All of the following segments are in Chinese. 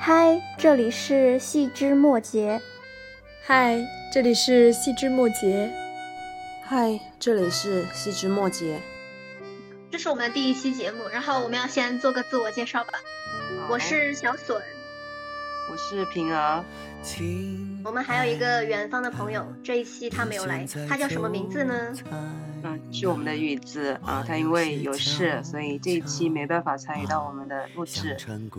嗨，这里是细枝末节。 嗨，这里是细枝末节。 嗨，这里是细枝末节。 这是我们的第一期节目，然后我们要先做个自我介绍吧。我是小笋， 我是平儿。 我们还有一个远方的朋友，这一期他没有来，他叫什么名字呢？ 是我们的雨子啊，他因为有事，所以这一期没办法参与到我们的录制。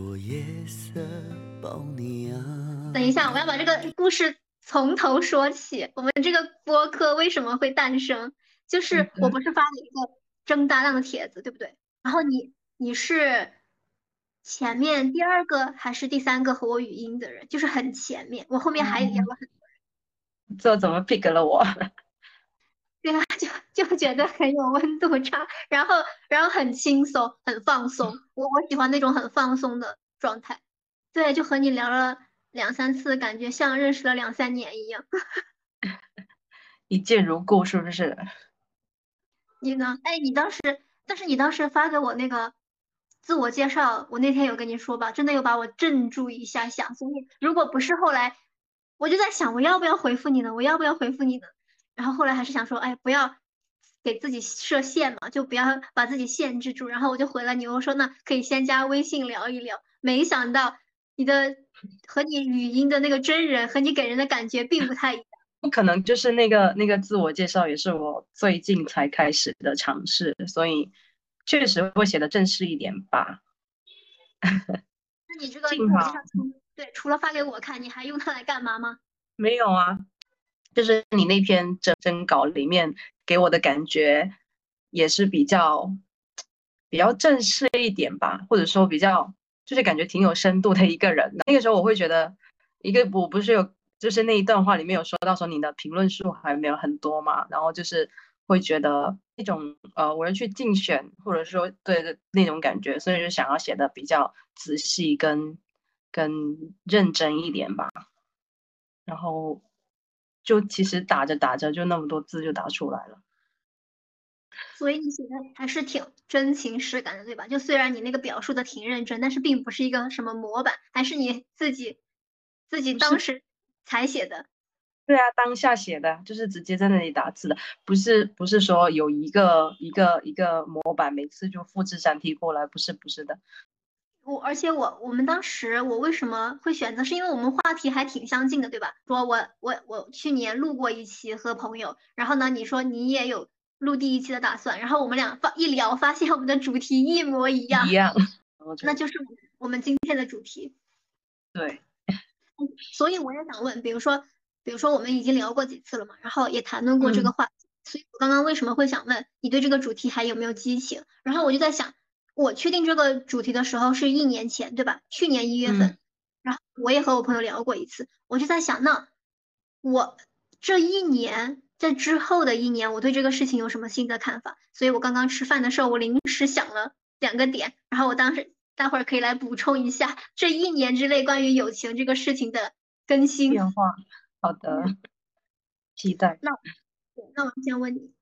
等一下，我要把这个故事从头说起。我们这个播客为什么会诞生？就是我不是发了一个征搭档的帖子，对不对？然后你是前面第二个还是第三个和我语音的人，就是很前面，我后面还聊了很多人。 这怎么 pick 了我？ 对啊，就觉得很有温度差，然后很轻松，很放松。我喜欢那种很放松的状态。对，就和你聊了2、3次，感觉像认识了2、3年一样。 一见如故，是不是？ 你呢？哎，但是你当时发给我那个自我介绍，我那天有跟你说吧，真的有把我镇住一下下。所以如果不是后来，我就在想我要不要回复你呢？我要不要回复你呢？然后后来还是想说，哎，不要给自己设限嘛，就不要把自己限制住。然后我就回了你，我说那可以先加微信聊一聊。没想到你的和你语音的那个真人和你给人的感觉并不太一样。 不可能，就是那个自我介绍也是我最近才开始的尝试，所以确实会写的正式一点吧。 那你这个自我介绍除了发给我看，你还用它来干嘛吗？ 没有啊，就是你那篇征稿里面给我的感觉也是比较正式一点吧，或者说比较就是感觉挺有深度的一个人。那个时候我会觉得，我不是有就是那一段话里面有说到说你的评论数还没有很多嘛，然后就是会觉得那种我要去竞选或者说对的那种感觉，所以就想要写的比较仔细跟认真一点吧。然后就其实打着打着就那么多字就打出来了。 所以你写的还是挺真情实感的，对吧？就虽然你那个表述的挺认真，但是并不是一个什么模板，还是你自己当时才写的。 对啊，当下写的就是直接在那里打字的，不是说有一个模板，每次就复制粘贴过来，不是的。 而且我们当时我为什么会选择，是因为我们话题还挺相近的，对吧？说我去年录过一期和朋友，然后呢，你说你也有录第一期的打算，然后我们俩一聊，发现我们的主题一模一样，那就是我们今天的主题。 对。 所以我也想问，比如说我们已经聊过几次了嘛，然后也谈论过这个话题，所以我刚刚为什么会想问你对这个主题还有没有激情？然后我就在想，我确定这个主题的时候是1年前，对吧？去年1月份，然后我也和我朋友聊过一次，我就在想，那我这一年在之后的一年，我对这个事情有什么新的看法？所以我刚刚吃饭的时候，我临时想了2个点，然后我当时待会儿可以来补充一下这一年之内关于友情这个事情的更新变化。好的，期待。 那我先问你，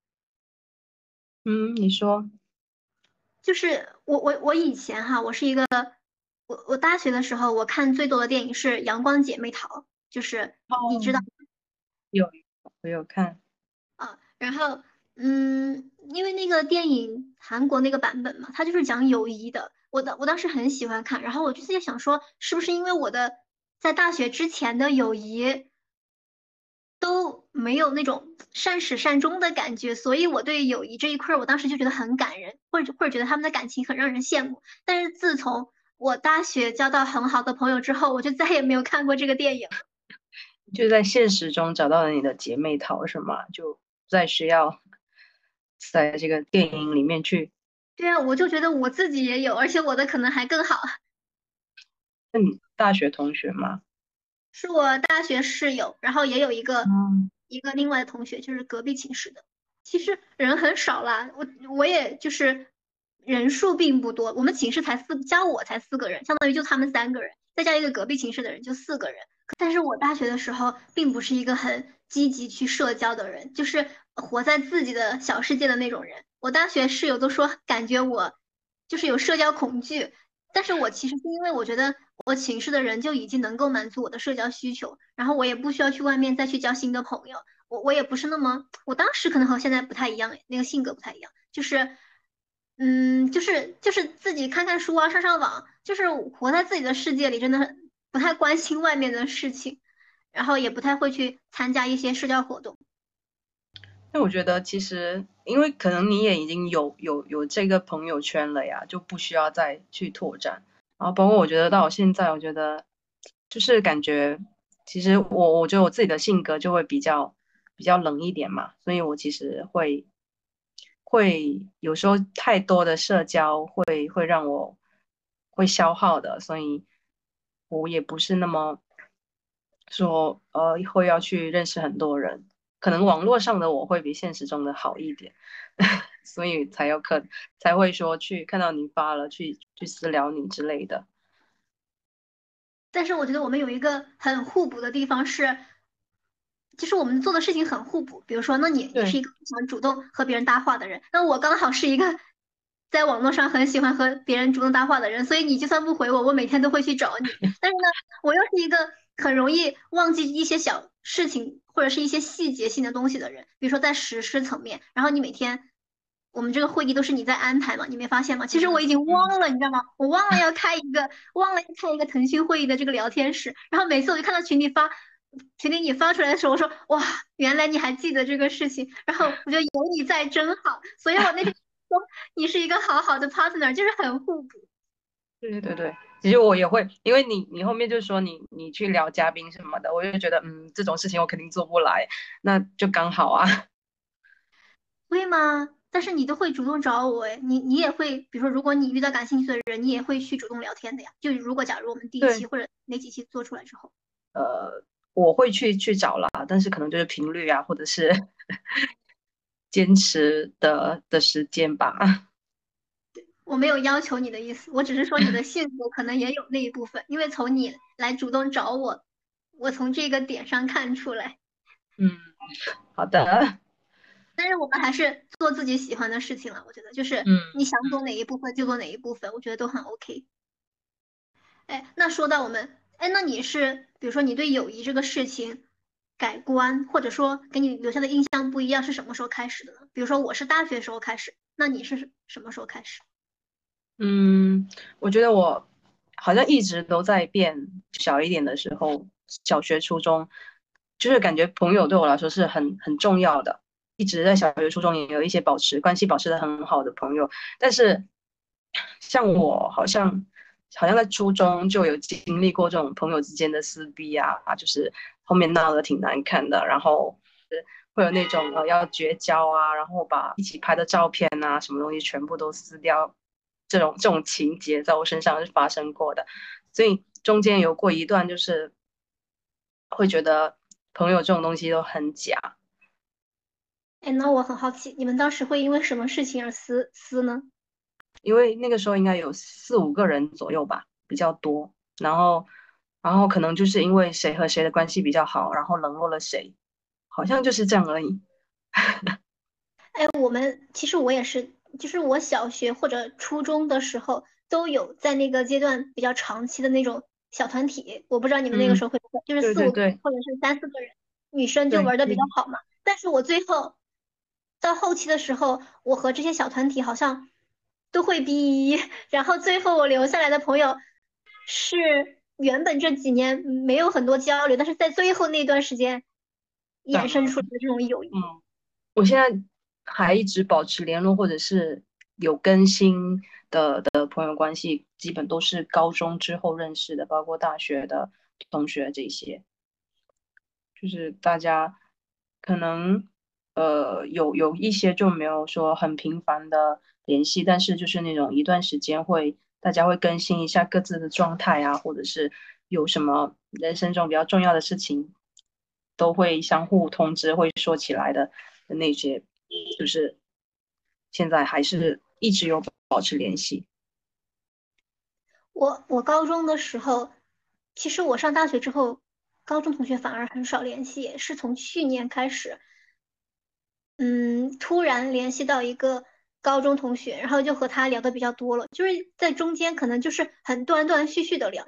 你说。 就是我以前哈，我是一个我大学的时候，我看最多的电影是《阳光姐妹淘》，就是你知道我有看。 啊，然后因为那个电影韩国那个版本嘛，它就是讲友谊的，我当时很喜欢看，然后我就在想说，是不是因为我的在大学之前的友谊都没有那种善始善终的感觉，所以我对友谊这一块儿，我当时就觉得很感人，或者觉得他们的感情很让人羡慕。但是自从我大学交到很好的朋友之后，我就再也没有看过这个电影。 就在现实中找到了你的姐妹淘是吗？就不再需要在这个电影里面去。 对啊，我就觉得我自己也有，而且我的可能还更好。 那你大学同学吗？ 是我大学室友，然后也有一个另外的同学，就是隔壁寝室的。其实人很少啦，我也就是人数并不多，我们寝室加我才4个人，相当于就他们3个人，再加一个隔壁寝室的人就4个人。但是我大学的时候并不是一个很积极去社交的人，就是活在自己的小世界的那种人。我大学室友都说感觉我就是有社交恐惧，但是我其实是因为我觉得我寝室的人就已经能够满足我的社交需求，然后我也不需要去外面再去交新的朋友。我也不是那么，我当时可能和现在不太一样，那个性格不太一样，就是就是自己看看书啊，上上网，就是活在自己的世界里，真的不太关心外面的事情，然后也不太会去参加一些社交活动。 那我觉得其实，因为可能你也已经有这个朋友圈了呀，就不需要再去拓展。然后包括我觉得到现在，我觉得就是感觉，其实我觉得我自己的性格就会比较冷一点嘛，所以我其实会有时候太多的社交会让我会消耗的，所以我也不是那么说会要去认识很多人。可能网络上的我会比现实中的好一点，所以才会说去看到你发了去私聊你之类的。 但是我觉得我们有一个很互补的地方是，就是我们做的事情很互补。比如说，那你是对， 一个喜欢主动和别人搭话的人，那我刚好是一个在网络上很喜欢和别人主动搭话的人，所以你就算不回我，我每天都会去找你。但是呢，我又是一个很容易忘记一些小事情或者是一些细节性的东西的人，比如说在实施层面，然后你每天。我们这个会议都是你在安排嘛？你没发现吗？其实我已经忘了，你知道吗？我忘了要开一个腾讯会议的这个聊天室。然后每次我就看到群里你发出来的时候，我说哇，原来你还记得这个事情。然后我觉得有你在真好，所以我那天说你是一个好好的 partner，就是很互补。 对对对对，其实我也会，因为你后面就说你去聊嘉宾什么的，我就觉得这种事情我肯定做不来，那就刚好啊。 会吗？但是你都会主动找我哎，你也会，比如说如果你遇到感兴趣的人，你也会去主动聊天的呀。就如果假如我们第一期对， 或者哪几期做出来之后。 我会去找啦，但是可能就是频率啊，或者是坚持的时间吧。 我没有要求你的意思，我只是说你的性格可能也有那一部分，因为从你来主动找我，我从这个点上看出来。 嗯，好的。 但是我们还是做自己喜欢的事情了，我觉得就是嗯。 你想做哪一部分就做哪一部分，我觉得都很 OK。哎，那说到我们，哎，那你是比如说你对友谊这个事情改观，或者说给你留下的印象不一样，是什么时候开始的呢？比如说我是大学时候开始，那你是什么时候开始？ 嗯，我觉得我好像一直都在变。小一点的时候，小学、初中，就是感觉朋友对我来说是很重要的。一直在小学、初中也有一些关系保持的很好的朋友，但是像我好像在初中就有经历过这种朋友之间的撕逼啊，就是后面闹得挺难看的，然后会有那种要绝交啊，然后把一起拍的照片啊什么东西全部都撕掉，这种情节在我身上是发生过的，所以中间有过一段就是会觉得朋友这种东西都很假。 哎，那我很好奇，你们当时会因为什么事情而撕呢？ 因为那个时候应该有4、5个人左右吧，比较多，然后可能就是因为谁和谁的关系比较好，然后冷落了谁，好像就是这样而已。 哎，其实我也是，就是我小学或者初中的时候都有在那个阶段比较长期的那种小团体，我不知道你们那个时嗯， 候会不会，就是4、5个人对对对或者是3、4个人，女生就对， 玩的比较好嘛。但是我最后到后期的时候，我和这些小团体好像都会逼，然后最后我留下来的朋友是原本这几年没有很多交流，但是在最后那段时间衍生出来的这种友谊。 嗯，我现在还一直保持联络，或者是有更新的朋友关系，基本都是高中之后认识的，包括大学的同学这些。就是大家可能有一些就没有说很频繁的联系，但是就是那种一段时间大家会更新一下各自的状态啊，或者是有什么人生中比较重要的事情，都会相互通知，会说起来的那些，就是现在还是一直有保持联系。 我高中的时候，其实我上大学之后，高中同学反而很少联系，是从去年开始，突然联系到一个高中同学，然后就和他聊的比较多了，就是在中间可能就是很断断续续的聊，因为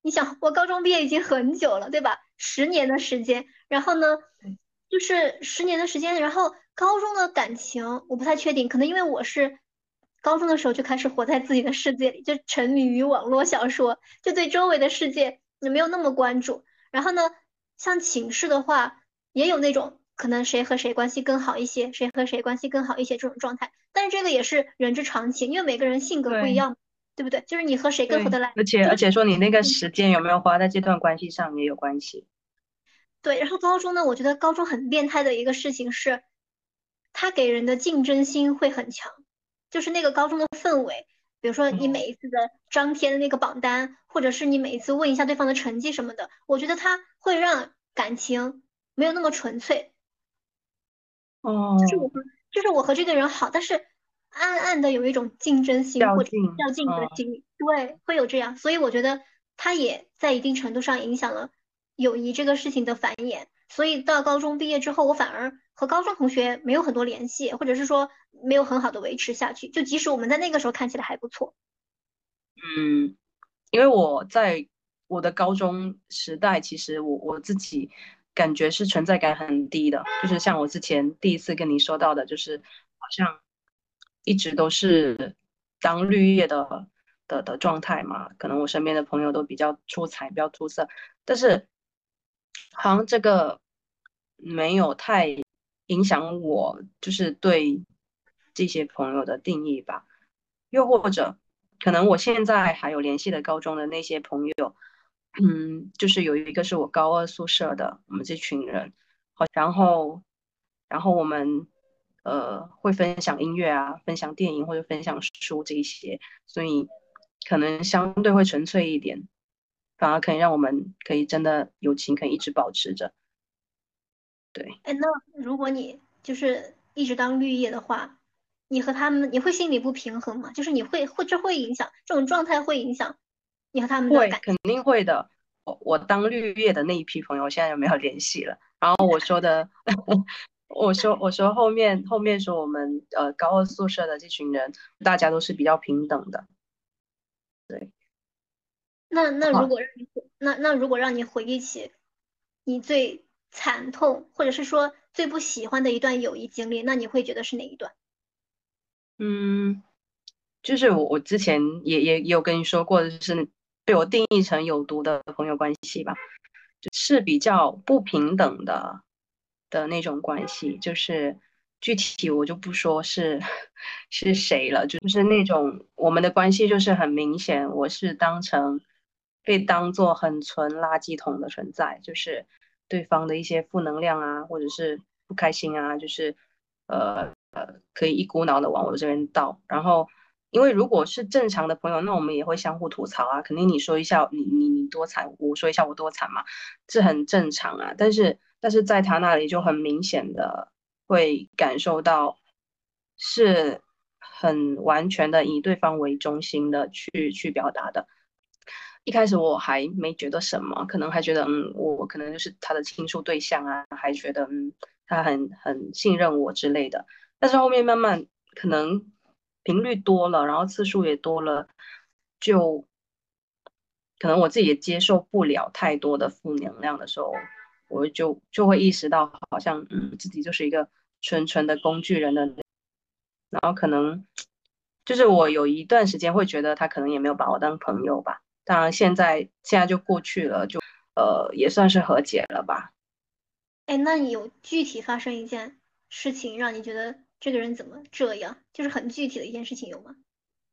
你想，我高中毕业已经很久了，对吧？10年的时间，然后呢，就是10年的时间，然后高中的感情我不太确定，可能因为我是高中的时候就开始活在自己的世界里，就沉迷于网络小说，就对周围的世界也没有那么关注。然后呢，像寝室的话，也有那种可能谁和谁关系更好一些，谁和谁关系更好一些这种状态，但是这个也是人之常情，因为每个人性格不一对样，对不对？就是你和谁更合对， 得来， 而且这个而且说你那个时间有没有花在这段关系上也有关系。 对。然后高中呢，我觉得高中很变态的一个事情是，它给人的竞争心会很强，就是那个高中的氛围，比如说你嗯每一次的张贴的那个榜单，或者是你每一次问一下对方的成绩什么的，我觉得它会让感情没有那么纯粹。就是我哦， 和就是我和这个人好，但是暗暗的有一种竞争心或者较劲， 较劲的嗯。 心理，对，会有这样，所以我觉得他也在一定程度上影响了友谊这个事情的繁衍。所以到高中毕业之后，我反而和高中同学没有很多联系，或者是说没有很好的维持下去，就即使我们在那个时候看起来还不错。 嗯，因为我在我的高中时代，其实我自己感觉是存在感很低的，就是像我之前第一次跟你说到的，就是好像一直都是当绿叶的状态嘛，可能我身边的朋友都比较出彩，比较出色，但是好像这个没有太影响我，就是对这些朋友的定义吧。又或者，可能我现在还有联系的高中的那些朋友，就是有一个是我高二宿舍的，我们这群人，然后，然后我们会分享音乐啊，分享电影或者分享书这一些，所以可能相对会纯粹一点，反而可以让我们可以真的友情可以一直保持着。对。 哎，那如果你就是一直当绿叶的话，你和他们你会心里不平衡吗？就是你这会影响这种状态会影响你和他们的会， 感情。 肯定会的。我当绿叶的那一批朋友，现在有没有联系了？然后我说的，我说后面说我们高二宿舍的这群人，大家都是比较平等的。对， 那如好， 果让你如果让你回忆起你最惨痛或者是说最不喜欢的一段友谊经历，那你会觉得是哪一段？ 嗯，就是我之前也有跟你说过，就是被我定义成有毒的朋友关系吧。是比较不平等的那种关系，就是具体我就不说是是谁了，就是那种我们的关系就是很明显，我是被当做很纯垃圾桶的存在，就是对方的一些负能量啊，或者是不开心啊，就是可以一股脑的往我这边倒，然后。因为如果是正常的朋友，那我们也会相互吐槽啊。肯定你说一下你多惨，我说一下我多惨嘛，这很正常啊。但是在他那里就很明显的会感受到是很完全的以对方为中心的去表达的。一开始我还没觉得什么，可能还觉得我可能就是他的倾诉对象啊，还觉得他很信任我之类的。但是后面慢慢可能频率多了，然后次数也多了，就可能我自己也接受不了太多的负能量的时候，我就会意识到，好像自己就是一个纯纯的工具人的，然后可能就是我有一段时间会觉得他可能也没有把我当朋友吧。当然现在就过去了，就也算是和解了吧。 哎，那你有具体发生一件事情让你觉得这个人怎么这样？就是很具体的一件事情有吗？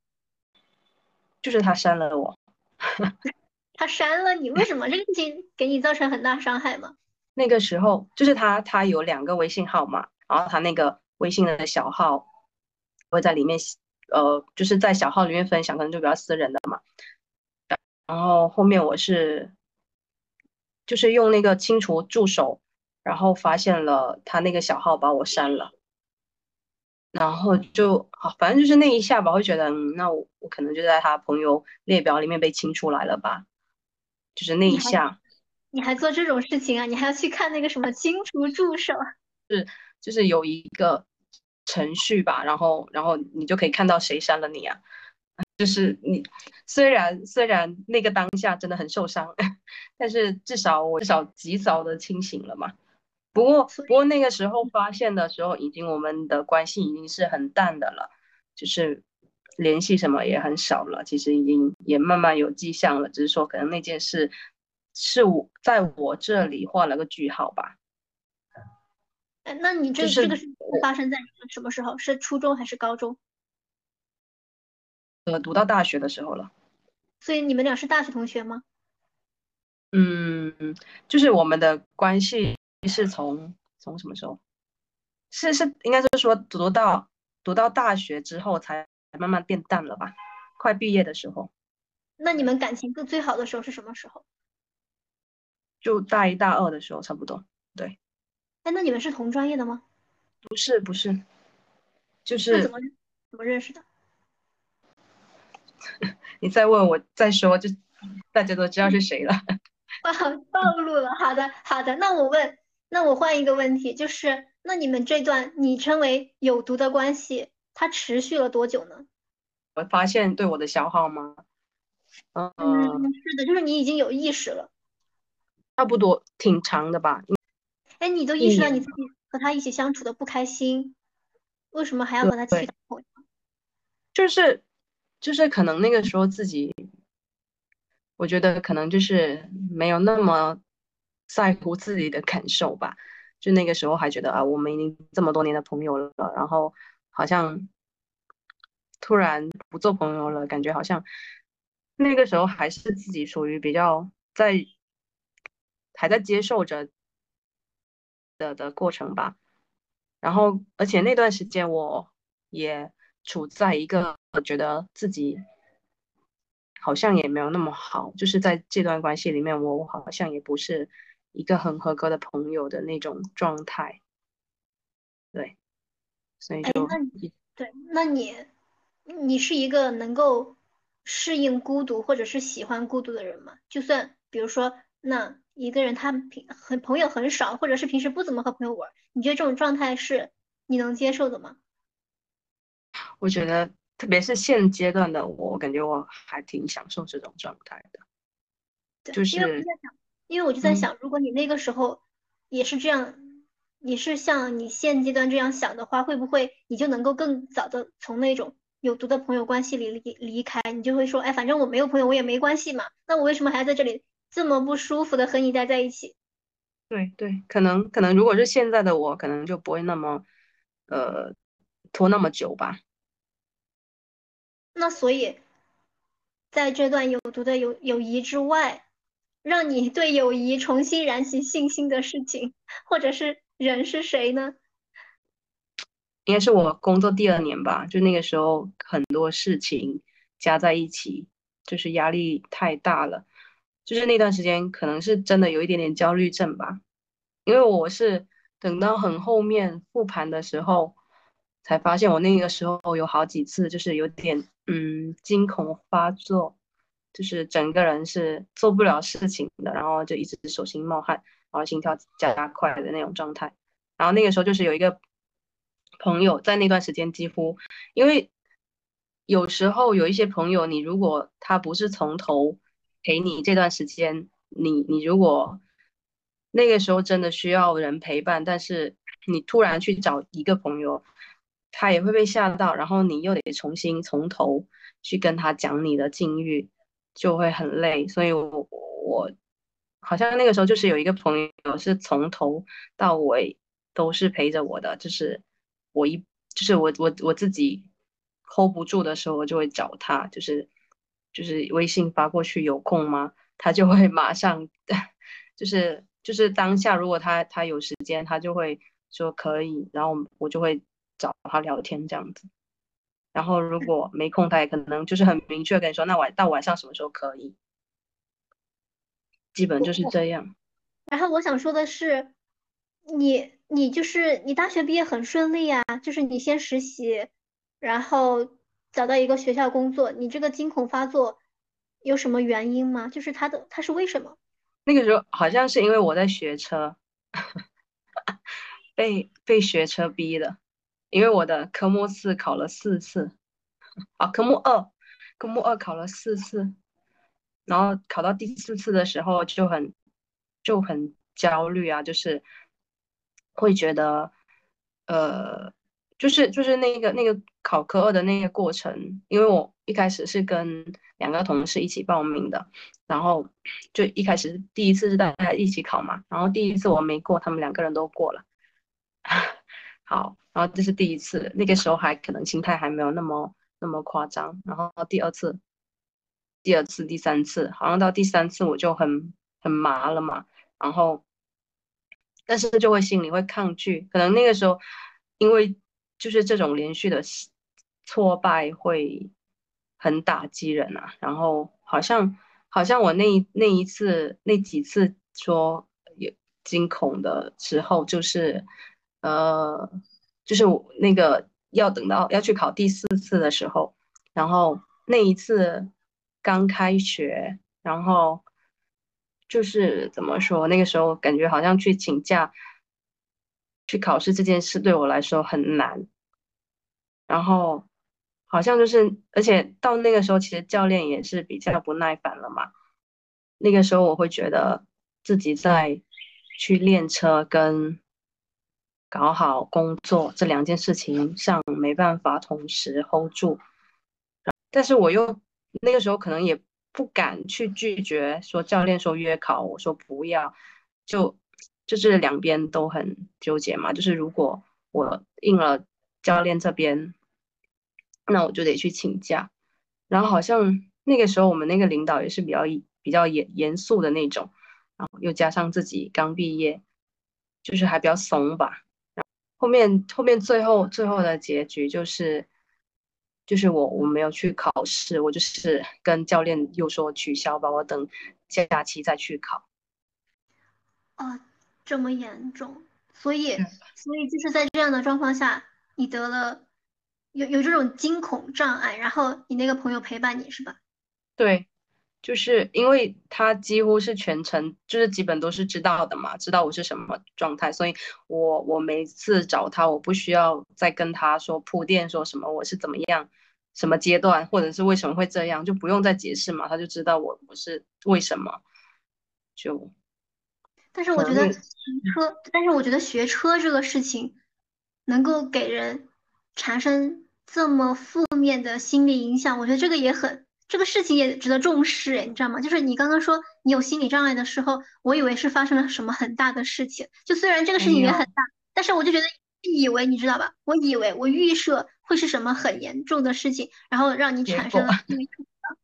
就是他删了我。 他删了你，为什么这个事情给你造成很大伤害吗？ 那个时候就是他有2个微信号嘛，然后他那个微信的小号会在里面，就是在小号里面分享，可能就比较私人的嘛。然后后面我就是用那个清除助手，然后发现了他那个小号把我删了，然后就好，反正就是那一下吧，我会觉得，那我可能就在他朋友列表里面被清出来了吧，就是那你还一下。 你还做这种事情啊？你还要去看那个什么清除助手？ 就是有一个程序吧，然后你就可以看到谁删了你啊。 就是你虽然那个当下真的很受伤，但是至少及早的清醒了嘛。不过所以不过那个时候发现的时候，我们的关系已经是很淡的了，就是联系什么也很少了，其实已经也慢慢有迹象了，只是说可能那件事是我在我这里画了个句号吧。 那你就是这个是发生在你们什么时候？是初中还是高中？ 读到大学的时候了。 所以你们俩是大学同学吗？ 嗯，就是我们的关系是从什么时候？是应该是说读到大学之后才慢慢变淡了吧？快毕业的时候， 那你们感情最好的时候是什么时候？ 就大一大二的时候差不多。对， 哎，那你们是同专业的吗？ 不是，就是那怎么认识的？ 你再问我再说，就大家都知道是谁了。 暴露了。好的，好的。那我换一个问题，就是那你们这段你称为有毒的关系，它持续了多久呢？ 我发现对我的消耗吗？ 嗯， 嗯， 是的，就是你已经有意识了。 差不多挺长的吧， 哎，你都意识到你一年。 自己和他一起相处的不开心，为什么还要和他继续对， 当朋友？ 就是可能那个时候自己。我觉得可能就是没有那么在乎自己的感受吧。就那个时候还觉得啊，我们已经这么多年的朋友了，然后好像突然不做朋友了，感觉好像那个时候还是自己属于比较还在接受着的过程吧。然后而且那段时间我也处在一个觉得自己好像也没有那么好，就是在这段关系里面，我好像也不是一个很合格的朋友的那种状态。对，所以哎， 就对，那你是一个能够适应孤独或者是喜欢孤独的人吗？就算比如说，那一个人他朋友很少，或者是平时不怎么和朋友玩儿，你觉得这种状态是你能接受的吗？ 我觉得，特别是现阶段的我，感觉我还挺享受这种状态的。 对， 就是因为我就在嗯， 想，如果你那个时候也是这样，也是像你现阶段这样想的话，会不会你就能够更早的从那种有毒的朋友关系里离开？你就会说，哎，反正我没有朋友，我也没关系嘛，那我为什么还要在这里这么不舒服的和你待在一起？ 对对，可能如果是现在的我，可能就不会那么呃拖那么久吧。 那所以在这段有毒的友谊之外，让你对友谊重新燃起信心的事情，或者是人是谁呢？ 应该是我工作第二年吧，就那个时候很多事情加在一起，就是压力太大了。就是那段时间可能是真的有一点点焦虑症吧，因为我是等到很后面复盘的时候，才发现我那个时候有好几次就是有点惊恐发作，就是整个人是做不了事情的，然后就一直手心冒汗，然后心跳加快的那种状态。然后那个时候就是有一个朋友在那段时间几乎，因为有时候有一些朋友，你如果他不是从头陪你这段时间，你如果那个时候真的需要人陪伴，但是你突然去找一个朋友，他也会被吓到，然后你又得重新从头去跟他讲你的境遇，就会很累。所以我好像那个时候就是有一个朋友是从头到尾都是陪着我的，就是我一就是我自己 hold 不住的时候，我就会找他，就是微信发过去有空吗？他就会马上就是当下，如果他有时间，他就会说可以，然后我就会找他聊天这样子。然后如果没空，他也可能就是很明确地跟你说，那到晚上什么时候可以，基本就是这样。 然后我想说的是，你就是你大学毕业很顺利啊，就是你先实习，然后找到一个学校工作，你这个惊恐发作有什么原因吗？就是它是为什么？ 那个时候好像是因为我在学车，被学车逼的，因为我的科目四考了4次，啊，科目二科目二考了4次，然后考到第4次的时候就很焦虑啊，就是会觉得就是那个考科二的那个过程，因为我一开始是跟2个同事一起报名的，然后就一开始第一次是大家一起考嘛，然后第一次我没过，他们2个人都过了。好，然后这是第一次，那个时候还可能心态还没有那么夸张，然后第二次、第三次，好像到第3次我就很麻了嘛，然后但是就会心里会抗拒，可能那个时候因为就是这种连续的挫败会很打击人啊，然后好像我那几次说有惊恐的时候，呃就是我那个要等到要去考第4次的时候，然后那一次刚开学，然后就是怎么说，那个时候感觉好像去请假去考试这件事对我来说很难，然后好像就是，而且到那个时候，其实教练也是比较不耐烦了嘛。那个时候我会觉得自己在去练车跟搞好工作这2件事情上没办法同时 hold 住，但是我又那个时候可能也不敢去拒绝，说教练说约考，我说不要，就是两边都很纠结嘛。就是如果我应了教练这边，那我就得去请假。然后好像那个时候我们那个领导也是比较严肃的那种，然后又加上自己刚毕业，就是还比较怂吧。后面最后的结局就是我没有去考试，我就是跟教练又说取消吧，我等假期再去考。 哦，这么严重，所以嗯， 所以就是在这样的状况下，你得了有这种惊恐障碍，然后你那个朋友陪伴你是吧？ 对，就是因为他几乎是全程就是基本都是知道的嘛，知道我是什么状态，所以我每次找他，我不需要再跟他说铺垫说什么我是怎么样，什么阶段，或者是为什么会这样，就不用再解释嘛，他就知道我是为什么，就但是我觉得学可能那车，但是我觉得学车这个事情能够给人产生这么负面的心理影响，我觉得这个事情也值得重视，哎，你知道吗？就是你刚刚说你有心理障碍的时候，我以为是发生了什么很大的事情，就虽然这个事情没有。 也很大，但是我就觉得以为你知道吧？我以为我预设会是什么很严重的事情，然后让你结果产生了心理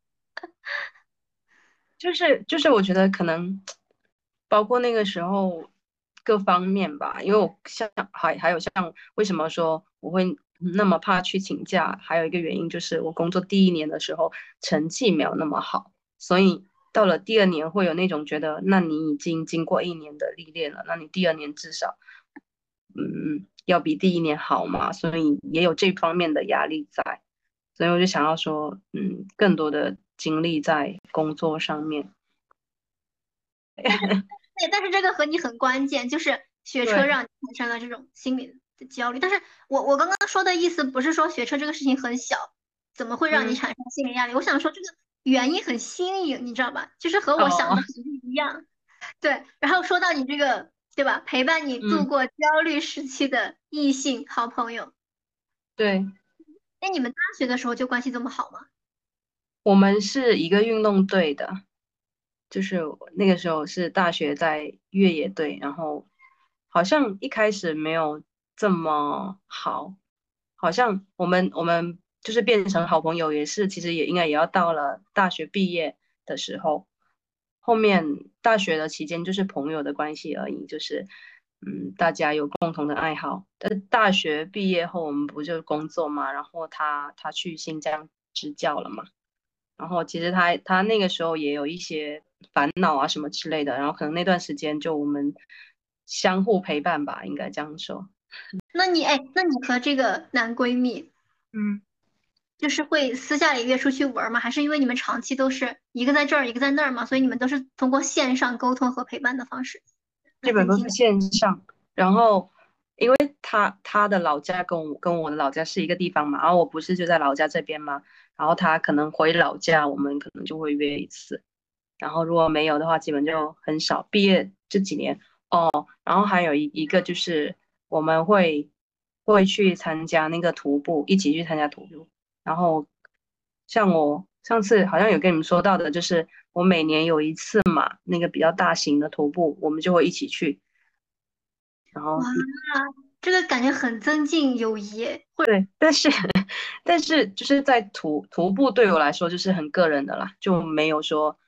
就是我觉得可能包括那个时候各方面吧，因为我还有像为什么说我会那么怕去请假，还有一个原因就是我工作第一年的时候成绩没有那么好，所以到了第二年会有那种觉得，那你已经经过一年的历练了，那你第二年至少要比第一年好嘛，所以也有这方面的压力在。所以我就想要说，更多的精力在工作上面。 对，但是这个和你很关键，就是学车对， 让你产生了这种心理的焦虑。但是我刚刚说的意思不是说学车这个事情很小，怎么会让你嗯， 产生心理压力？我想说这个原因很新颖，你知道吧？就是和我想哦， 的很不一样。对，然后说到你这个，对吧？陪伴你度嗯， 过焦虑时期的异性好朋友， 对， 哎，你们大学的时候就关系这么好吗？ 我们是一个运动队的，就是那个时候是大学在越野队，然后好像一开始没有这么好，好像我们就是变成好朋友，也是其实也应该也要到了大学毕业的时候，后面大学的期间就是朋友的关系而已，就是大家有共同的爱好。但是大学毕业后，我们不就工作嘛，然后他去新疆支教了嘛。然后其实他那个时候也有一些烦恼啊什么之类的，然后可能那段时间就我们相互陪伴吧，应该这样说。 那你和这个男闺蜜嗯， 就是会私下里约出去玩儿吗？还是因为你们长期都是一个在这儿，一个在那儿嘛，所以你们都是通过线上沟通和陪伴的方式来基本都是分清的？ 线上。然后因为他的老家跟我的老家是一个地方嘛，然后我不是就在老家这边嘛， 然后他可能回老家，我们可能就会约一次。然后如果没有的话，基本就很少。毕业这几年哦，然后还有一个就是我们会去参加那个徒步，一起去参加徒步。然后像我上次好像有跟你们说到的，就是我每年有一次嘛，那个比较大型的徒步，我们就会一起去。然后哇，这个感觉很增进友谊耶。 对，但是但是就是在徒步对我来说就是很个人的啦，就没有说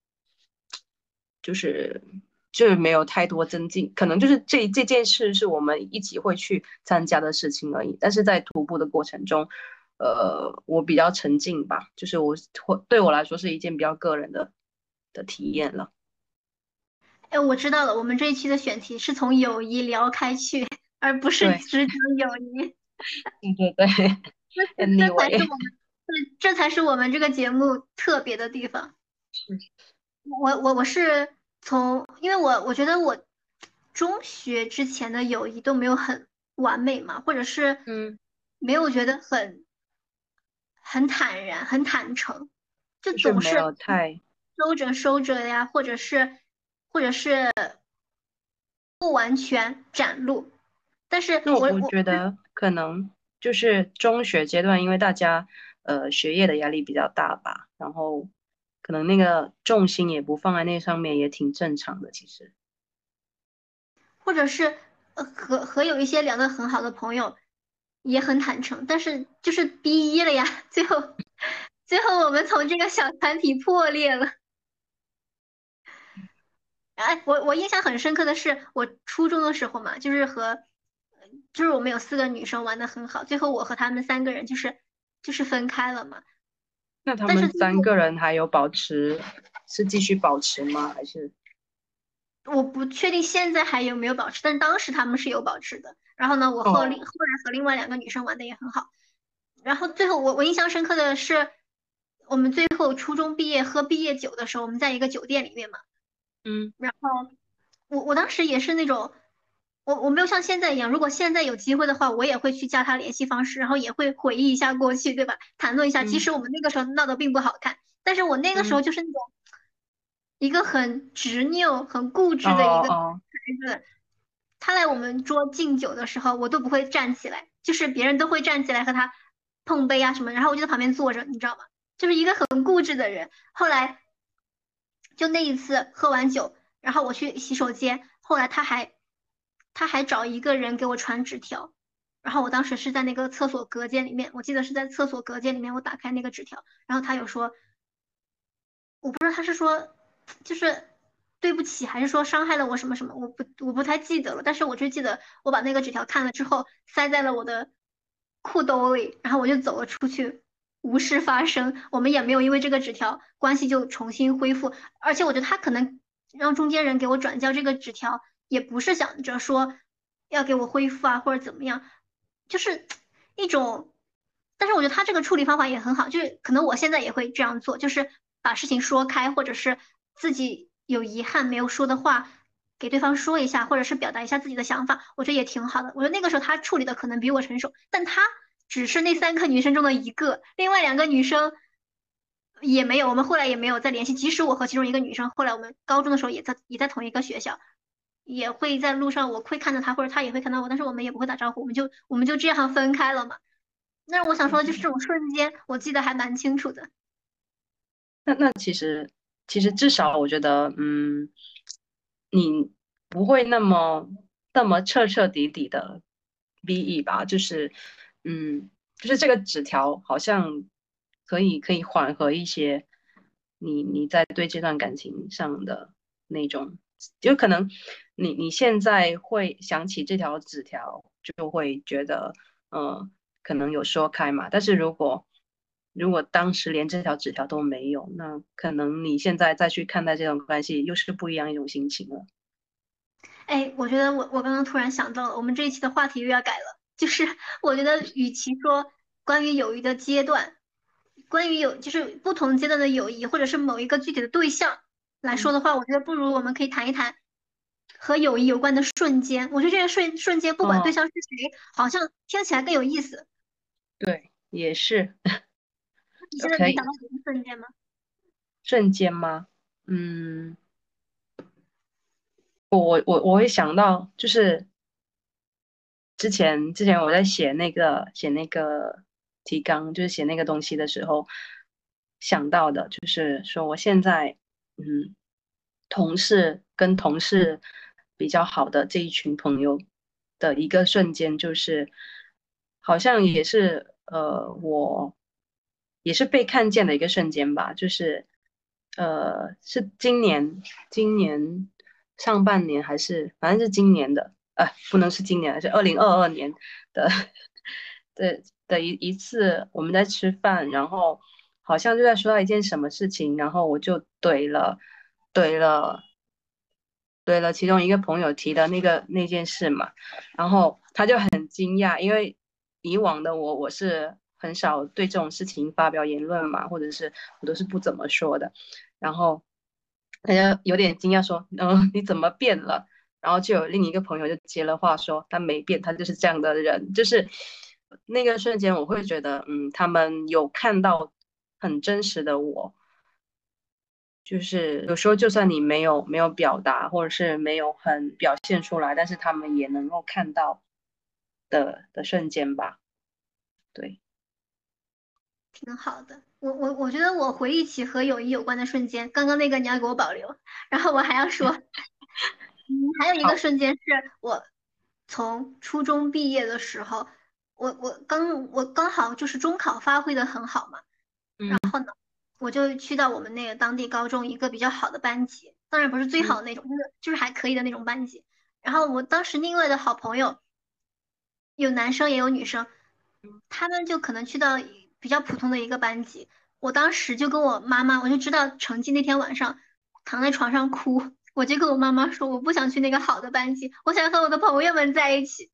就是没有太多增进，可能就是这件事是我们一起会去参加的事情而已。但是在徒步的过程中，我比较沉浸吧，就是对我来说是一件比较个人的体验了。 哎，我知道了，我们这一期的选题是从友谊聊开去，而不是对， 只讲友谊。 对对对，anyway， 这才是我们，这才是我们这个节目特别的地方。我是从，因为我觉得我中学之前的友谊都没有很完美嘛，或者是嗯， 没有觉得很坦然、很坦诚，就就是没总是有太。 收着收着呀，或者是不完全展露。但是那我我觉得可能就是中学阶段，因为大家学业的压力比较大吧，然后可能那个重心也不放在那上面，也挺正常的。其实， 或者是和有一些聊得很好的朋友也很坦诚，但是就是逼一了呀，最后我们从这个小团体破裂了。哎，我印象很深刻的是，我初中的时候嘛，就是我们有4个女生玩的很好，最后我和她们3个人就是分开了嘛。 那他但是们3个人还有保持，是继续保持吗？还是我不确定现在还有没有保持，但是当时他们是有保持的。然后呢，我后来哦， 和另外2个女生玩的也很好。然后最后我印象深刻的是，我们最后初中毕业喝毕业酒的时候，我们在一个酒店里面嘛。 嗯然后我当时也是那种，我没有像现在一样，如果现在有机会的话，我也会去加他联系方式，然后也会回忆一下过去，对吧？谈论一下，即嗯使我们那个时候闹得并不好看，但是我那个时候嗯， 就是那种一个很执拗、很固哦执的一个孩哦， 子。他来我们桌敬酒的时候，我都不会站起来，就是别人都会站起来和他碰杯啊什么，然后我就在旁边坐着，你知道吗？就是一个很固执的人。后来就那一次喝完酒，然后我去洗手间，后来他还找一个人给我传纸条，然后我当时是在那个厕所隔间里面，我记得是在厕所隔间里面，我打开那个纸条，然后他有说，我不知道他是说就是对不起，还是说伤害了我什么什么，我不太记得了，但是我就记得我把那个纸条看了之后塞在了我的裤兜里，然后我就走了出去。无事发生，我们也没有因为这个纸条关系就重新恢复。而且我觉得他可能让中间人给我转交这个纸条，也不是想着说要给我恢复啊或者怎么样，就是一种。但是我觉得他这个处理方法也很好，就是可能我现在也会这样做，就是把事情说开，或者是自己有遗憾没有说的话。给对方说一下，或者是表达一下自己的想法，我觉得也挺好的。我觉得那个时候他处理的可能比我成熟，但他只是那3个女生中的一个，另外2个女生也没有，我们后来也没有再联系。即使我和其中一个女生，后来我们高中的时候也在同一个学校，也会在路上我会看到她，或者她也会看到我，但是我们也不会打招呼，我们就这样分开了嘛。但是我想说的就是这种瞬间，我记得还蛮清楚的。 那其实至少我觉得，你不会那么彻彻底底的 BE 吧？就是这个纸条好像可以缓和一些你在对这段感情上的那种，就可能你现在会想起这条纸条，就会觉得可能有说开嘛。但是如果当时连这条纸条都没有，那可能你现在再去看待这种关系，又是不一样一种心情了。 哎，我觉得我刚刚突然想到了，我们这一期的话题又要改了。就是我觉得，与其说关于友谊的阶段，关于就是不同阶段的友谊，或者是某一个具体的对象来说嗯， 的话，我觉得不如我们可以谈一谈和友谊有关的瞬间。我觉得这个瞬间，不管对哦， 象是谁，好像听起来更有意思。 对，也是， 你现在能想到几个瞬间吗？ 瞬间吗？嗯，我会想到，就是之前我在写那个提纲，就是写那个东西的时候想到的，就是说我现在嗯，跟同事比较好的这一群朋友的一个瞬间，就是好像也是我也是被看见的一个瞬间吧，就是是今年上半年还是反正是今年的。不能是今年，是2022年的的一次，我们在吃饭，然后好像就在说到一件什么事情，然后我就怼了怼了其中一个朋友提的那件事嘛，然后他就很惊讶，因为以往的我是很少对这种事情发表言论嘛，或者是我都是不怎么说的，然后他就有点惊讶说，你怎么变了？然后就有另一个朋友就接了话说，他没变，他就是这样的人。就是那个瞬间，我会觉得，他们有看到很真实的我。就是有时候，就算你没有表达，或者是没有很表现出来，但是他们也能够看到的瞬间吧。对， 挺好的。我觉得我回忆起和友谊有关的瞬间，刚刚那个你要给我保留，然后我还要说，还有一个好， 瞬间是我从初中毕业的时候，我刚好就是中考发挥的很好嘛。 嗯我就去到我们那个当地高中一个比较好的班级，当然不是最好嗯的那种，就是还可以的那种班级。然后我当时另外的好朋友，有男生也有女生，他们就可能去到比较普通的一个班级。我当时就跟我妈妈，我就知道成绩那天晚上躺在床上哭，我就跟我妈妈说，我不想去那个好的班级，我想和我的朋友们在一起。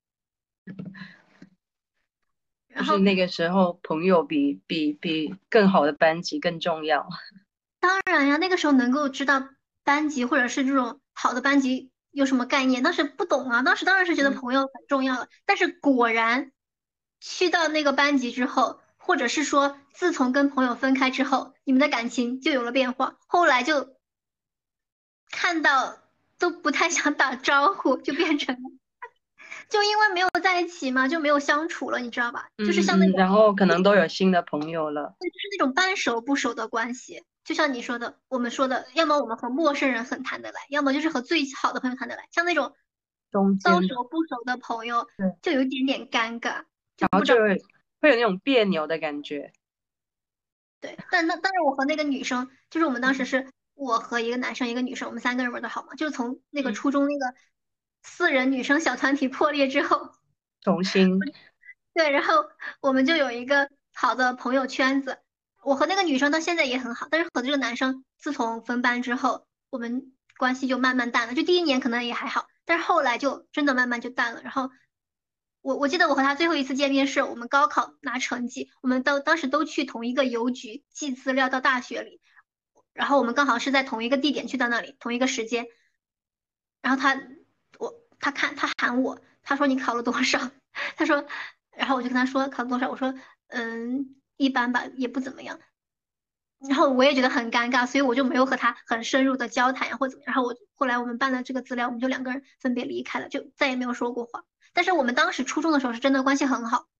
然后就是那个时候，朋友比更好的班级更重要。 当然呀，那个时候能够知道班级或者是这种好的班级有什么概念，当时不懂啊，当时当然是觉得嗯。 朋友很重要了。但是果然去到那个班级之后，或者是说自从跟朋友分开之后，你们的感情就有了变化。后来就看到都不太想打招呼，就变成了就因为没有在一起嘛，就没有相处了，你知道吧？就是像那种。 然后可能都有新的朋友了。 对，就是那种半熟不熟的关系，就像你说的，我们说的，要么我们和陌生人很谈得来，要么就是和最好的朋友谈得来。像那种到中间的， 熟不熟的朋友， 对， 就有一点点尴尬，就然后不知道。 会有那种别扭的感觉。 对，但是我和那个女生，就是我们当时嗯是我和一个男生一个女生，我们三个人玩的好嘛，就是从那个嗯， 初中那个4人女生小团体破裂之后， 重新。 对，然后我们就有一个好的朋友圈子。我和那个女生到现在也很好，但是和这个男生自从分班之后，我们关系就慢慢淡了。就第一年可能也还好，但是后来就真的慢慢就淡了。然后我记得我和他最后一次见面是我们高考拿成绩，我们当时都去同一个邮局寄资料到大学里，然后我们刚好是在同一个地点去到那里，同一个时间。然后他喊我，他说你考了多少？他说，然后我就跟他说考了多少，我说一般吧，也不怎么样。然后我也觉得很尴尬，所以我就没有和他很深入的交谈呀或怎么样。然后后来我们办了这个资料，我们就两个人分别离开了，就再也没有说过话。但是我们当时初中的时候是真的关系很好。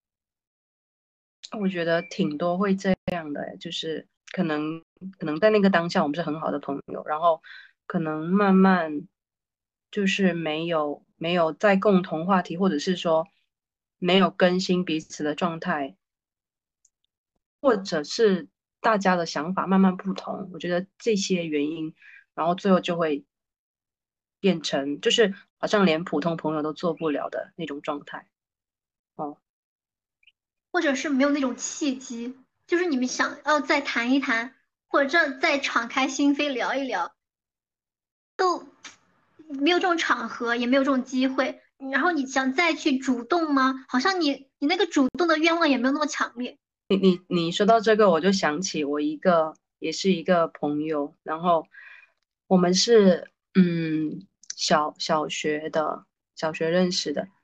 我觉得挺多会这样的，就是可能在那个当下我们是很好的朋友，然后可能慢慢就是没有在共同话题，或者是说没有更新彼此的状态，或者是大家的想法慢慢不同，我觉得这些原因，然后最后就会变成就是好像连普通朋友都做不了的那种状态。哦， 或者是没有那种契机，就是你们想要再谈一谈，或者再敞开心扉聊一聊，都没有这种场合，也没有这种机会。然后你想再去主动吗？好像你那个主动的愿望也没有那么强烈。 你说到这个，我就想起我也是一个朋友，然后我们是小学认识的，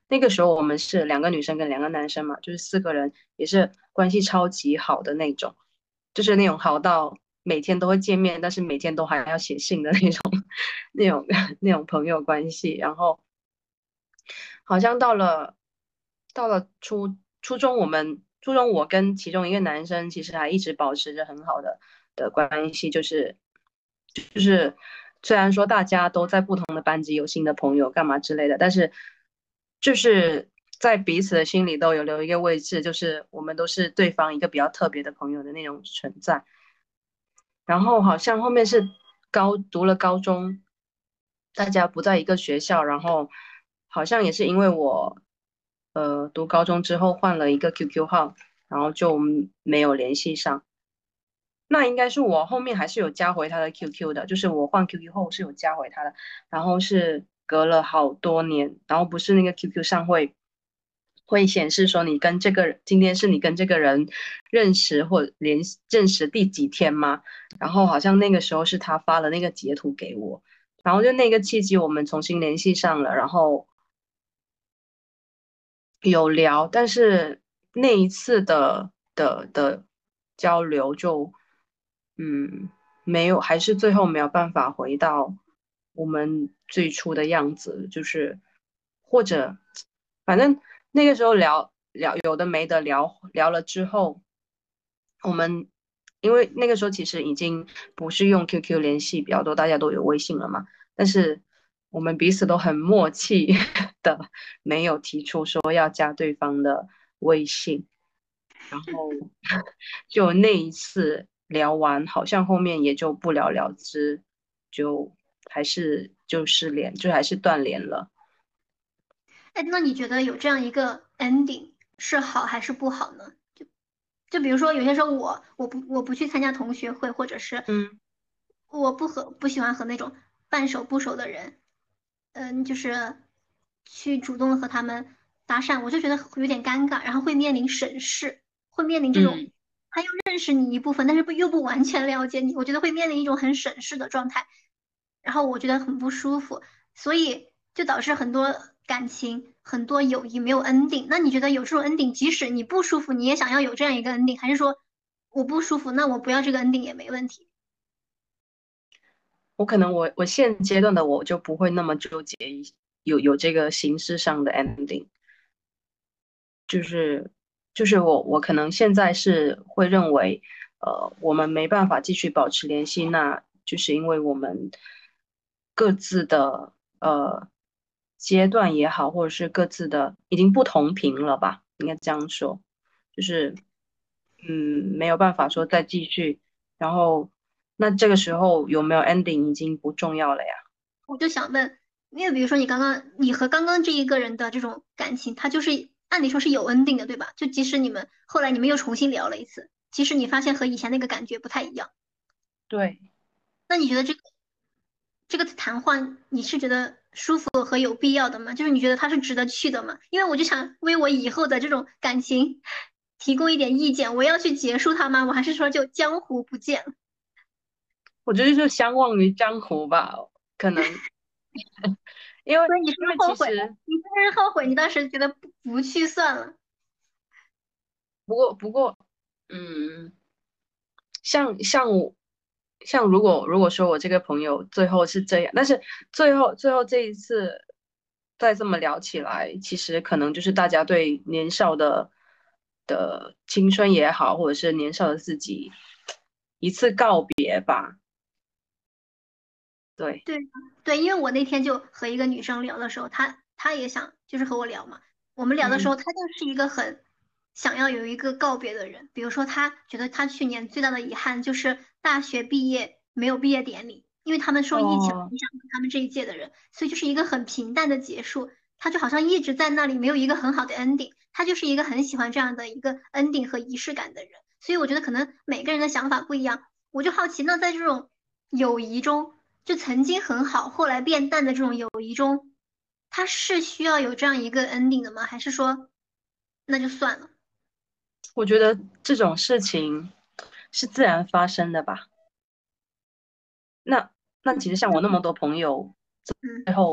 那个时候我们是2个女生跟2个男生嘛，就是4个人，也是关系超级好的那种，就是那种好到每天都会见面，但是每天都还要写信的那种那种那种朋友关系。然后好像到了初中，初中我跟其中一个男生其实还一直保持着很好的关系，就是虽然说大家都在不同的班级有新的朋友干嘛之类的，但是就是在彼此的心里都有留一个位置，就是我们都是对方一个比较特别的朋友的那种存在。然后好像后面是读了高中，大家不在一个学校，然后好像也是因为我读高中之后换了一个 QQ 号，然后就没有联系上。那应该是我后面还是有加回他的 QQ 的，就是我换 QQ 后是有加回他的，然后是隔了好多年，然后不是那个 QQ 上会显示说今天是你跟这个人认识或认识第几天吗？然后好像那个时候是他发了那个截图给我，然后就那个契机我们重新联系上了，然后有聊，但是那一次的交流就没有，还是最后没有办法回到我们最初的样子，就是或者反正那个时候聊有的没的聊了之后，我们因为那个时候其实已经不是用 QQ 联系比较多，大家都有微信了嘛，但是我们彼此都很默契的没有提出说要加对方的微信。然后就那一次聊完，好像后面也就不了了之，就还是就失联，就还是断联了。 哎，那你觉得有这样一个 ending 是好还是不好呢？就比如说有些时候我不去参加同学会，或者是嗯我不喜欢和那种半熟不熟的人，就是去主动地和他们搭讪，我就觉得有点尴尬，然后会面临审视，会面临这种嗯， 他又认识你一部分，但是又不完全了解你，我觉得会面临一种很审视的状态，然后我觉得很不舒服，所以就导致很多感情、很多友谊没有 ending。那你觉得有这种 ending，即使你不舒服，你也想要有这样一个 ending，还是说我不舒服，那我不要这个 ending 也没问题？ 我可能我现阶段的我就不会那么纠结有这个形式上的 ending，就是我可能现在是会认为，我们没办法继续保持联系，那就是因为我们各自的阶段也好，或者是各自的已经不同频了吧，应该这样说，就是没有办法说再继续，然后那这个时候有没有 ending 已经不重要了呀。 我就想问，因为比如说你和刚刚这一个人的这种感情，他就是按理说是有 ending 的，对吧？就即使后来你们又重新聊了一次，即使你发现和以前那个感觉不太一样， 对。 那你觉得这个谈话你是觉得舒服和有必要的吗？就是你觉得它是值得去的吗？因为我就想为我以后的这种感情提供一点意见，我要去结束它吗？我还是说就江湖不见了？ 我觉得就相忘于江湖吧，可能因为所以你是因为后悔了， 其实你是不是后悔？你当时觉得不去算了？ 不过嗯，像如果说我这个朋友最后是这样，但是最后这一次再这么聊起来，其实可能就是大家对年少的青春也好，或者是年少的自己一次告别吧。对， 对对，因为我那天就和一个女生聊的时候，她也想就是和我聊嘛。我们聊的时候， 嗯她就是一个很想要有一个告别的人。比如说，她觉得她去年最大的遗憾就是大学毕业没有毕业典礼，因为他们受疫情哦影响，他们这一届的人，所以就是一个很平淡的结束。她就好像一直在那里，没有一个很好的 ending。她就是一个很喜欢这样的一个 ending 和仪式感的人。所以我觉得可能每个人的想法不一样。我就好奇，那在这种友谊中，就曾经很好，后来变淡的这种友谊中，它是需要有这样一个 ending 的吗？还是说那就算了？ 我觉得这种事情是自然发生的吧。那其实像我那么多朋友， 嗯， 最后。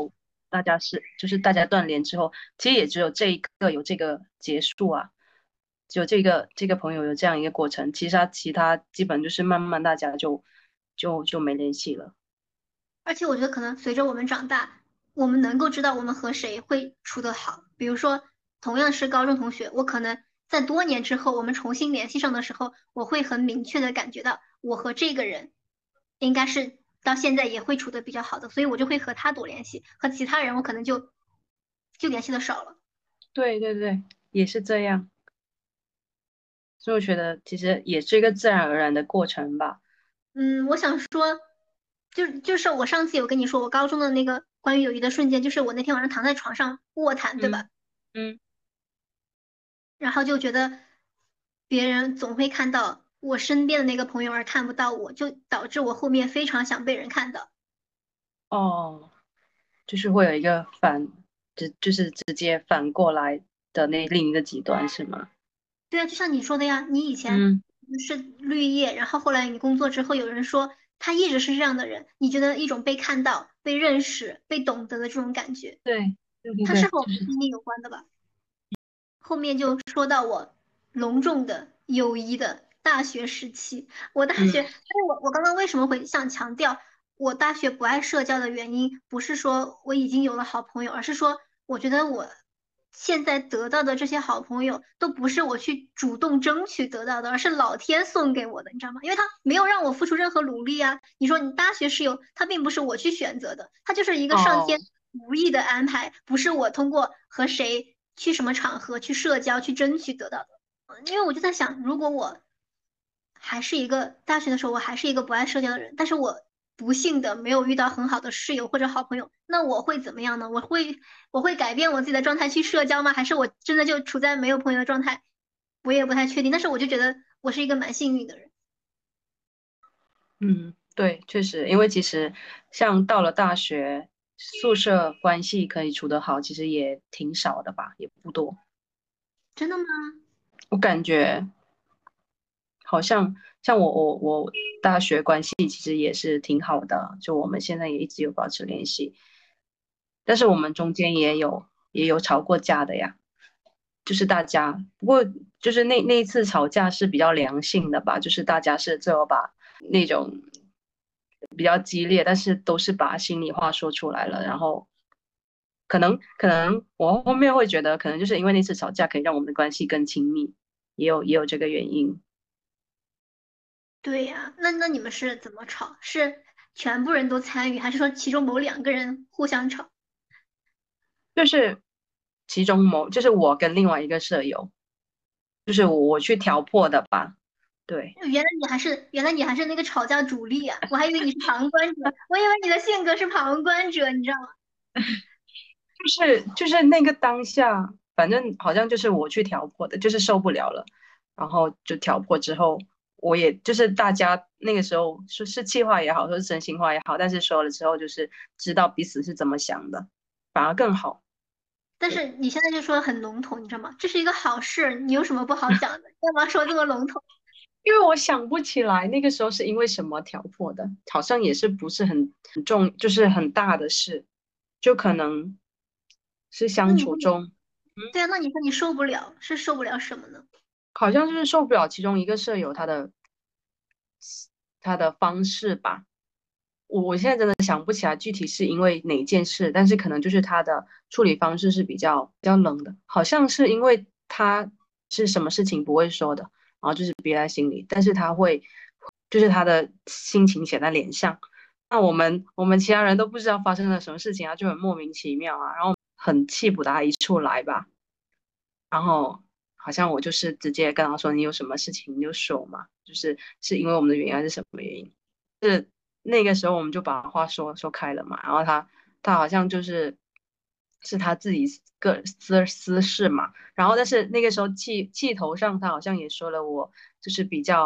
就是大家断联之后，其实也只有这一个有这个结束啊，只有这个朋友有这样一个过程，其他基本就是慢慢大家就没联系了。 而且我觉得可能随着我们长大，我们能够知道我们和谁会处得好。比如说，同样是高中同学，我可能在多年之后我们重新联系上的时候，我会很明确的感觉到我和这个人应该是到现在也会处得比较好的，所以我就会和他多联系，和其他人我可能就联系的少了。 对对对，也是这样。所以我觉得其实也是一个自然而然的过程吧。 我想说，就是我上次有跟你说我高中的那个关于友谊的瞬间，就是我那天晚上躺在床上卧谈，对吧？ 嗯嗯。 然后就觉得别人总会看到我身边的那个朋友，而看不到我，就导致我后面非常想被人看到。 哦，就是会有一个就是直接反过来的那另一个极端是吗？ 对啊，就像你说的呀，你以前嗯， 是绿叶，然后后来你工作之后，有人说他一直是这样的人，你觉得一种被看到、被认识、被懂得的这种感觉， 对对对对， 它是和我就是们经历有关的吧？后面就说到我隆重的友谊的大学时期，我大学，但嗯是我刚刚为什么会想强调我大学不爱社交的原因，不是说我已经有了好朋友，而是说我觉得我现在得到的这些好朋友都不是我去主动争取得到的，而是老天送给我的，你知道吗？因为他没有让我付出任何努力啊。你说你大学室友，他并不是我去选择的，他就是一个上天哦无意的安排，不是我通过和谁去什么场合去社交去争取得到的。因为我就在想，如果我还是一个大学的时候，我还是一个不爱社交的人，但是我不幸的没有遇到很好的室友或者好朋友，那我会怎么样呢？我会改变我自己的状态去社交吗？还是我真的就处在没有朋友的状态？我也不太确定。但是我就觉得我是一个蛮幸运的人。 嗯，对，确实，因为其实像到了大学，宿舍关系可以处得好，其实也挺少的吧，也不多。 真的吗？ 我感觉好像我大学关系其实也是挺好的，就我们现在也一直有保持联系，但是我们中间也有吵过架的呀。就是大家，不过就是那一次吵架是比较良性的吧，就是大家是最后把那种比较激烈，但是都是把心里话说出来了，然后可能我后面会觉得，可能就是因为那次吵架可以让我们的关系更亲密，也有这个原因。 对呀，那你们是怎么吵？是全部人都参与，还是说其中某两个人互相吵？ 就是其中就是我跟另外一个舍友，就是我去挑破的吧，对。 原来你还是那个吵架主力啊！我还以为你是旁观者，我以为你的性格是旁观者，你知道吗？ 就是那个当下，反正好像就是我去挑拨的，就是受不了了，然后就挑拨之后，我也就是大家那个时候说是气话也好，说是真心话也好，但是说了之后就是知道彼此是怎么想的，反而更好。 但是你现在就说的很笼统，你知道吗？这是一个好事，你有什么不好讲的？干嘛说这么笼统？ 因为我想不起来那个时候是因为什么挑拨的，好像也是不是很重，就是很大的事，就可能是相那你说你， 处中。 对啊，那你说你受不了，是受不了什么呢？ 好像就是受不了其中一个舍友他的方式吧。我现在真的想不起来具体是因为哪件事，但是可能就是他的处理方式是比较冷的，好像是因为他是什么事情不会说的，然后就是憋在心里，但是他会就是他的心情写在脸上。那我们其他人都不知道发生了什么事情啊，就很莫名其妙啊，然后很气不打一处来吧。然后好像我就是直接跟他说你有什么事情你就说嘛，是因为我们的原因还是什么原因？是那个时候我们就把话说开了嘛，然后他好像是他自己个私事嘛，然后但是那个时候气头上他好像也说了我就是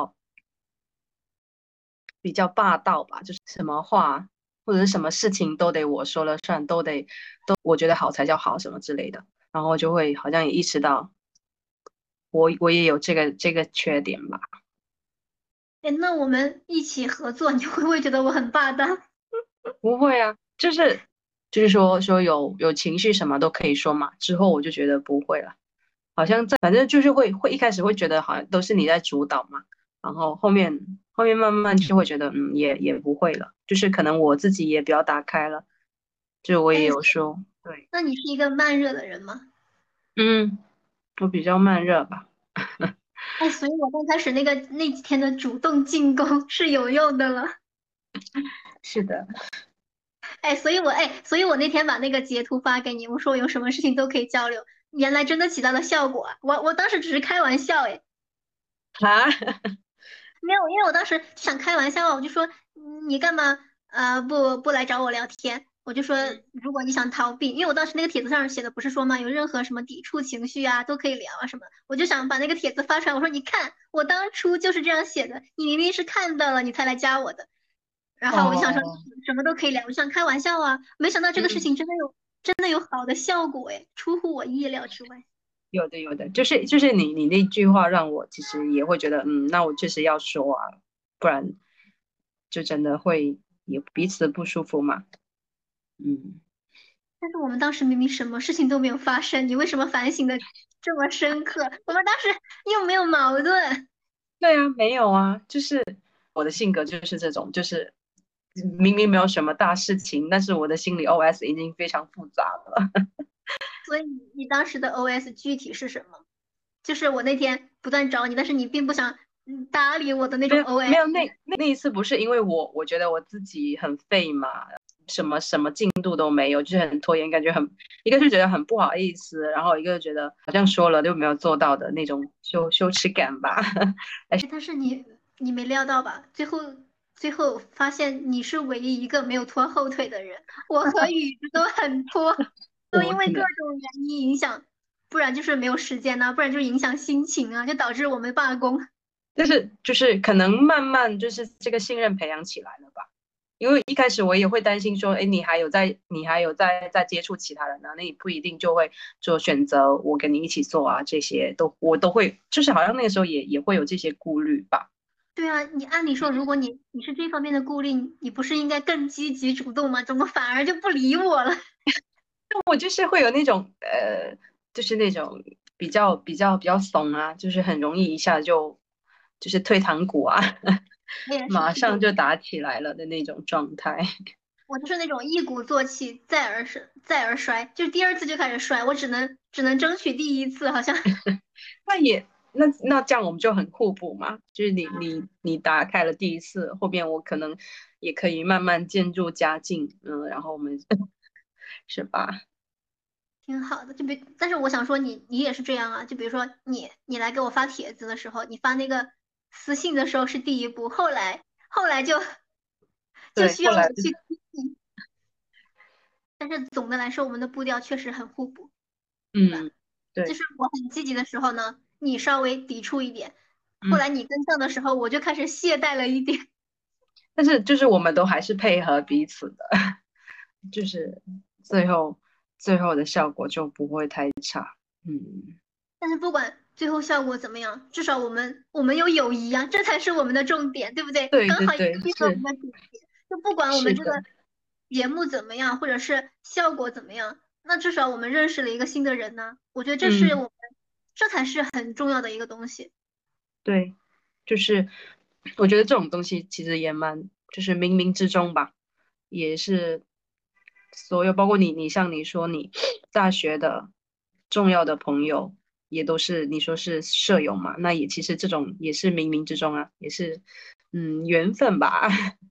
比较霸道吧，就是什么话或者是什么事情都得我说了算，都我觉得好才叫好什么之类的，然后就会好像也意识到我也有这个缺点吧。 哎，那我们一起合作，你会不会觉得我很霸道？ 不会啊，就是就是说有情绪什么都可以说嘛。之后我就觉得不会了，好像反正就是会一开始会觉得好像都是你在主导嘛，然后后面慢慢就会觉得也不会了，就是可能我自己也比较打开了，就我也哎， 有说对， 那你是一个慢热的人吗？ 嗯，我比较慢热吧。 哎，所以我刚开始那几天的主动进攻是有用的了。 是的， 所以我那天把那个截图发给你，我说有什么事情都可以交流，原来真的起到了效果啊。我当时只是开玩笑，哎， 啊， 没有，因为我当时就想开玩笑啊，我就说你干嘛不来找我聊天？我就说如果你想逃避，因为我当时那个帖子上写的不是说嘛，有任何什么抵触情绪啊都可以聊啊什么，我就想把那个帖子发出来，我说你看我当初就是这样写的，你明明是看到了你才来加我的。然后我就想说哦， 什么都可以聊，我就想开玩笑啊，没想到这个事嗯。 情真的有好的效果哎，出乎我意料之外。 有的有的，就是你那句话让我其实也会觉得，那我确实要说啊，不然就真的会也彼此不舒服嘛。嗯， 但是我们当时明明什么事情都没有发生，你为什么反省的这么深刻？我们当时又没有矛盾。 对啊，没有啊，就是我的性格就是这种，就是明明没有什么大事情，但是我的心里 OS 已经非常复杂了。 所以你当时的 OS 具体是什么？就是我那天不断找你，但是你并不想搭理我的那种没有没 OS。 有，那一次不是因为我觉得我自己很废嘛，什么进度都没有，就是很拖延，感觉一个是觉得很不好意思，然后一个觉得好像说了就没有做到的那种羞耻感吧。 但是你没料到吧？最后发现你是唯一一个没有拖后腿的人，我和雨子都很拖，都因为各我可能， 种原因影响，不然就是没有时间呐、不然就是影响心情啊，就导致我们罢工。 但是就是可能慢慢就是这个信任培养起来了吧。因为一开始我也会担心说，哎，你还有在接触其他人呢、那你不一定就会做选择我跟你一起做啊，这些我都会，就是好像那个时候也会有这些顾虑吧。 对啊，你按理说，如果你是这方面的顾虑，你不是应该更积极主动吗？怎么反而就不理我了？ 我就是会有那种就是那种比较怂啊，就是很容易一下就是退堂鼓啊， 我也是， 马是的， 上就打起来了的那种状态。 我就是那种一鼓作气，再而衰，就第二次就开始摔，我只能争取第一次，好像。 那这样我们就很互补嘛，就是你打开了第一次，后边我可能也可以慢慢渐入佳境，然后我们是吧？ 挺好的，但是我想说你也是这样啊，就比如说你来给我发帖子的时候，你发那个私信的时候是第一步，后来就对， 需要我后来去提醒，但是总的来说，我们的步调确实很互补，对吧？ 嗯，对， 就是我很积极的时候呢，你稍微抵触一点，后嗯， 来你跟上的时候，我就开始懈怠了一点。 但是就是我们都还是配合彼此的，就是最后最后的效果就不会太差。嗯， 但是不管最后效果怎么样，至少我们有友谊啊，这才是我们的重点，对不对？刚好也对对对， 契合我们的主题。就不管我们这个是的， 节目怎么样，或者是效果怎么样，那至少我们认识了一个新的人呢。我觉得嗯， 这才是很重要的一个东西。 对，就是我觉得这种东西其实也蛮，就是冥冥之中吧，也是所有包括你像你说你大学的重要的朋友，也都是你说是舍友嘛，那也其实这种也是冥冥之中啊，也是缘分吧。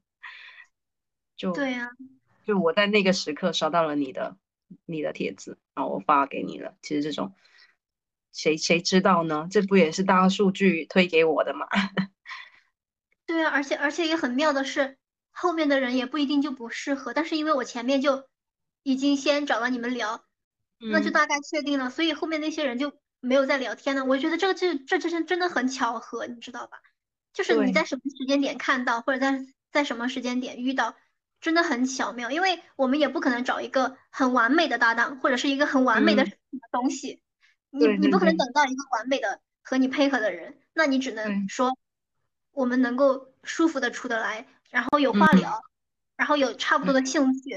就对呀。 就我在那个时刻刷到了你的帖子，然后我发给你了。其实这种谁知道呢？这不也是大数据推给我的嘛？ 对啊，而且也很妙的是，后面的人也不一定就不适合，但是因为我前面就已经先找了你们聊，那就嗯， 大概确定了，所以后面那些人就没有再聊天了。我觉得这真的很巧合，你知道吧？就是你对， 在什么时间点看到，或者在什么时间点遇到，真的很巧妙。因为我们也不可能找一个很完美的搭档，或者是一个很完美的嗯， 东西，你不可能对对对等到一个完美的和你配合的人，那你只能对， 说我们能够舒服的处得来，然后有话嗯聊，然后有差不多的兴趣，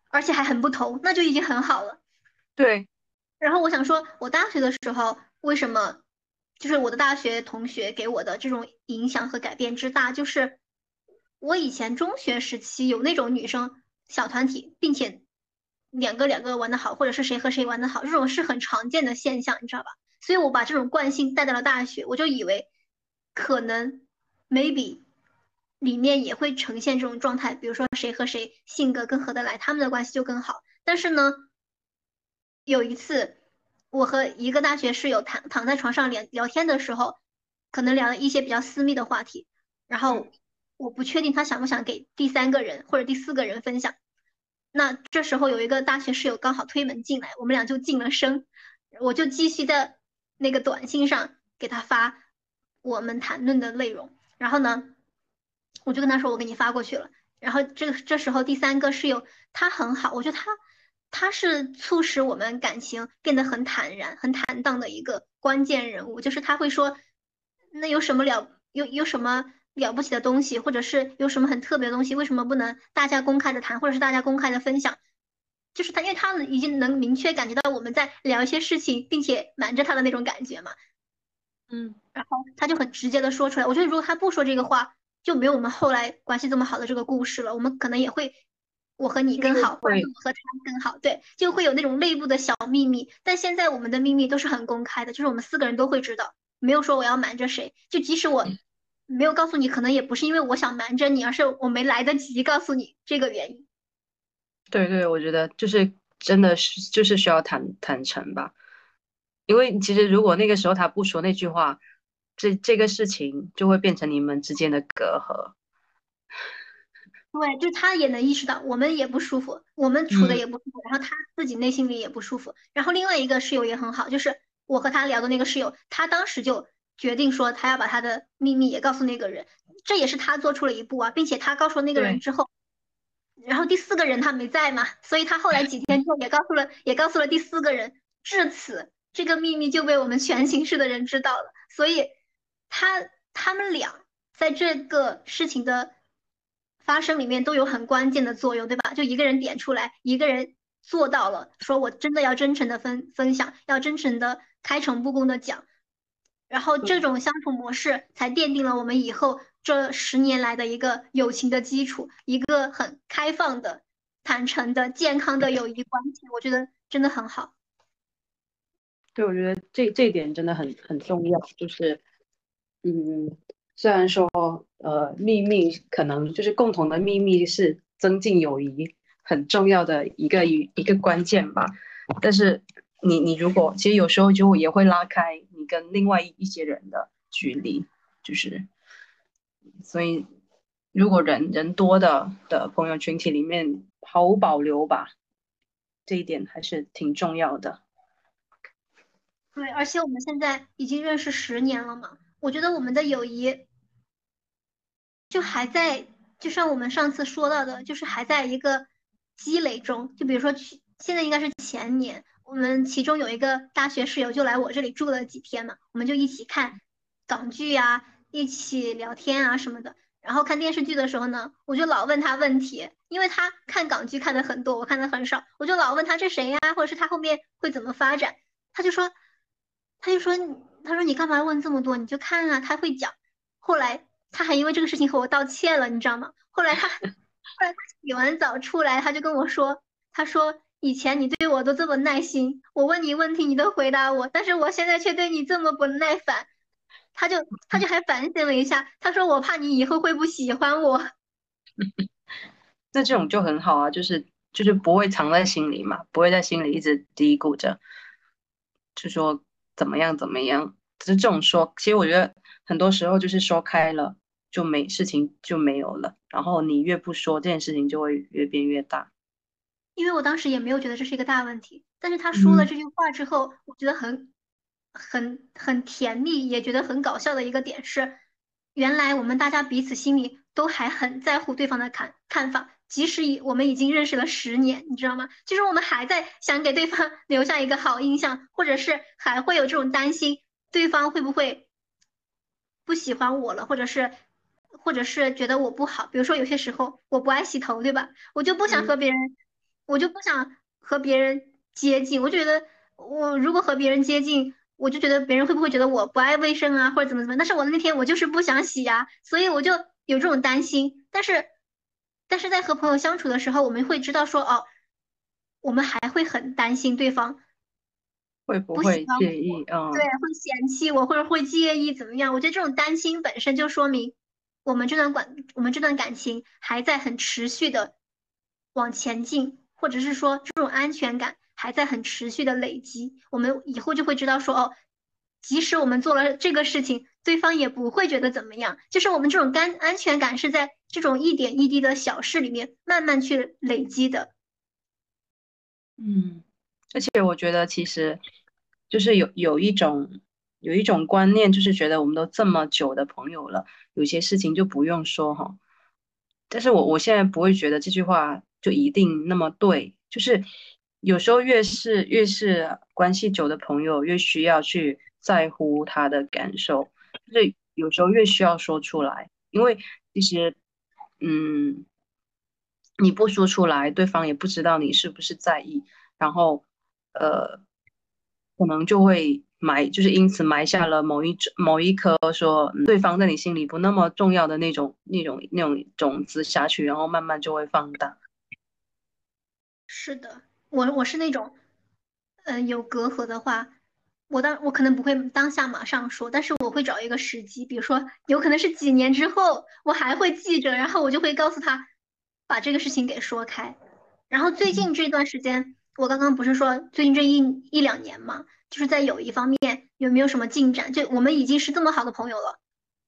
而且还很不同，那就已经很好了。 对， 然后我想说，我大学的时候为什么就是我的大学同学给我的这种影响和改变之大，就是我以前中学时期有那种女生小团体，并且两个玩的好，或者是谁和谁玩的好，这种是很常见的现象，你知道吧？所以我把这种惯性带到了大学，我就以为可能 maybe 里面也会呈现这种状态，比如说谁和谁性格更合得来，他们的关系就更好。但是呢，有一次我和一个大学室友躺在床上聊天的时候，可能聊了一些比较私密的话题，然后我不确定他想不想给第三个人或者第四个人分享。那这时候有一个大学室友刚好推门进来，我们俩就进了声，我就继续在那个短信上给他发我们谈论的内容，然后呢，我就跟他说我给你发过去了。然后这时候第三个室友他很好，我觉得他是促使我们感情变得很坦然、很坦荡的一个关键人物，就是他会说，那有什么了不起的东西，或者是有什么很特别的东西，为什么不能大家公开的谈，或者是大家公开的分享？就是他，因为他们已经能明确感觉到我们在聊一些事情，并且瞒着他的那种感觉嘛。 嗯， 然后他就很直接的说出来。我觉得如果他不说这个话，就没有我们后来关系这么好的这个故事了。我们可能也会，我和你更好，或者是会， 我和他更好，对，就会有那种内部的小秘密。但现在我们的秘密都是很公开的，就是我们四个人都会知道，没有说我要瞒着谁。就即使我没有告诉你，可能也不是因为我想瞒着你，而是我没来得及告诉你这个原因。 对对，我觉得就是真的是就是需要坦诚吧，因为其实如果那个时候他不说那句话，这个事情就会变成你们之间的隔阂。 对，就他也能意识到我们也不舒服，我们处的嗯， 也不舒服，然后他自己内心里也不舒服。然后另外一个室友也很好，就是我和他聊的那个室友，他当时就决定说他要把他的秘密也告诉那个人，这也是他做出了一步啊，并且他告诉了那个人对之后，然后第四个人他没在嘛，所以他后来几天之后也告诉了第四个人，至此这个秘密就被我们全寝室的人知道了，所以他们俩在这个事情的发生里面都有很关键的作用，对吧？就一个人点出来，一个人做到了，说我真的要真诚的分享，要真诚的开诚布公的讲，然后这对种相处模式才奠定了我们以后这10年来的一个友情的基础，一个很开放的、坦诚的、健康的友谊关系，我觉得真的很好。 对，我觉得这一点真的很重要，就是嗯，虽然说秘密可能就是共同的秘密是增进友谊很重要的一个关键吧，但是你如果其实有时候就也会拉开你跟另外一些人的距离，就是所以如果人多的朋友群体里面毫无保留吧，这一点还是挺重要的。 对，而且我们现在已经认识10年了嘛，我觉得我们的友谊就还在，就像我们上次说到的，就是还在一个积累中。就比如说现在应该是前年，我们其中有一个大学室友就来我这里住了几天嘛，我们就一起看港剧呀，一起聊天啊什么的。然后看电视剧的时候呢，我就老问他问题，因为他看港剧看的很多，我看的很少，我就老问他这谁呀，或者是他后面会怎么发展。他就说，他就说，他说你干嘛问这么多？你就看啊，他会讲。后来他还因为这个事情和我道歉了，你知道吗？后来他洗完澡出来，他就跟我说，他说以前你对我都这么耐心，我问你问题你都回答我，但是我现在却对你这么不耐烦。他就还反省了一下，他说我怕你以后会不喜欢我。 那这种就很好啊，就是不会藏在心里嘛，不会在心里一直嘀咕着，就说怎么样怎么样。只是这种说，其实我觉得很多时候就是说开了，就没事情就没有了，然后你越不说，这件事情就会越变越大。 因为我当时也没有觉得这是一个大问题，但是他说了嗯这句话之后，我觉得很甜蜜，也觉得很搞笑的一个点是，原来我们大家彼此心里都还很在乎对方的看法，即使我们已经认识了10年，你知道吗？就是我们还在想给对方留下一个好印象，或者是还会有这种担心，对方会不会不喜欢我了，或者是觉得我不好。比如说有些时候我不爱洗头，对吧？我就不想和别人， 我就不想和别人接近，我觉得我如果和别人接近，我就觉得别人会不会觉得我不爱卫生啊，或者怎么怎么样，但是我那天我就是不想洗呀，所以我就有这种担心。但是在和朋友相处的时候，我们会知道说，哦，我们还会很担心对方会不不喜会欢我， 介意？ 对，会嫌弃我，或者会介意怎么样？我觉得这种担心本身就说明我们这段感情还在很持续的往前进，或者是说这种安全感还在很持续的累积。我们以后就会知道说，哦，即使我们做了这个事情，对方也不会觉得怎么样。就是我们这种安全感是在这种一点一滴的小事里面慢慢去累积的。 嗯，而且我觉得其实就是有一种观念，就是觉得我们都这么久的朋友了，有些事情就不用说哈。但是我现在不会觉得这句话就一定那么对，就是有时候越是关系久的朋友，越需要去在乎他的感受，就是有时候越需要说出来，因为其实嗯。你不说出来，对方也不知道你是不是在意，然后呃，可能就会就是因此埋下了某一颗说对方在你心里不那么重要的那种种子下去，然后慢慢就会放大。 是的，我是那种，有隔阂的话，我可能不会当下马上说，但是我会找一个时机，比如说有可能是几年之后，我还会记着，然后我就会告诉他，把这个事情给说开。然后最近这段时间，我刚刚不是说最近这一两年嘛，就是在友谊方面有没有什么进展？就我们已经是这么好的朋友了。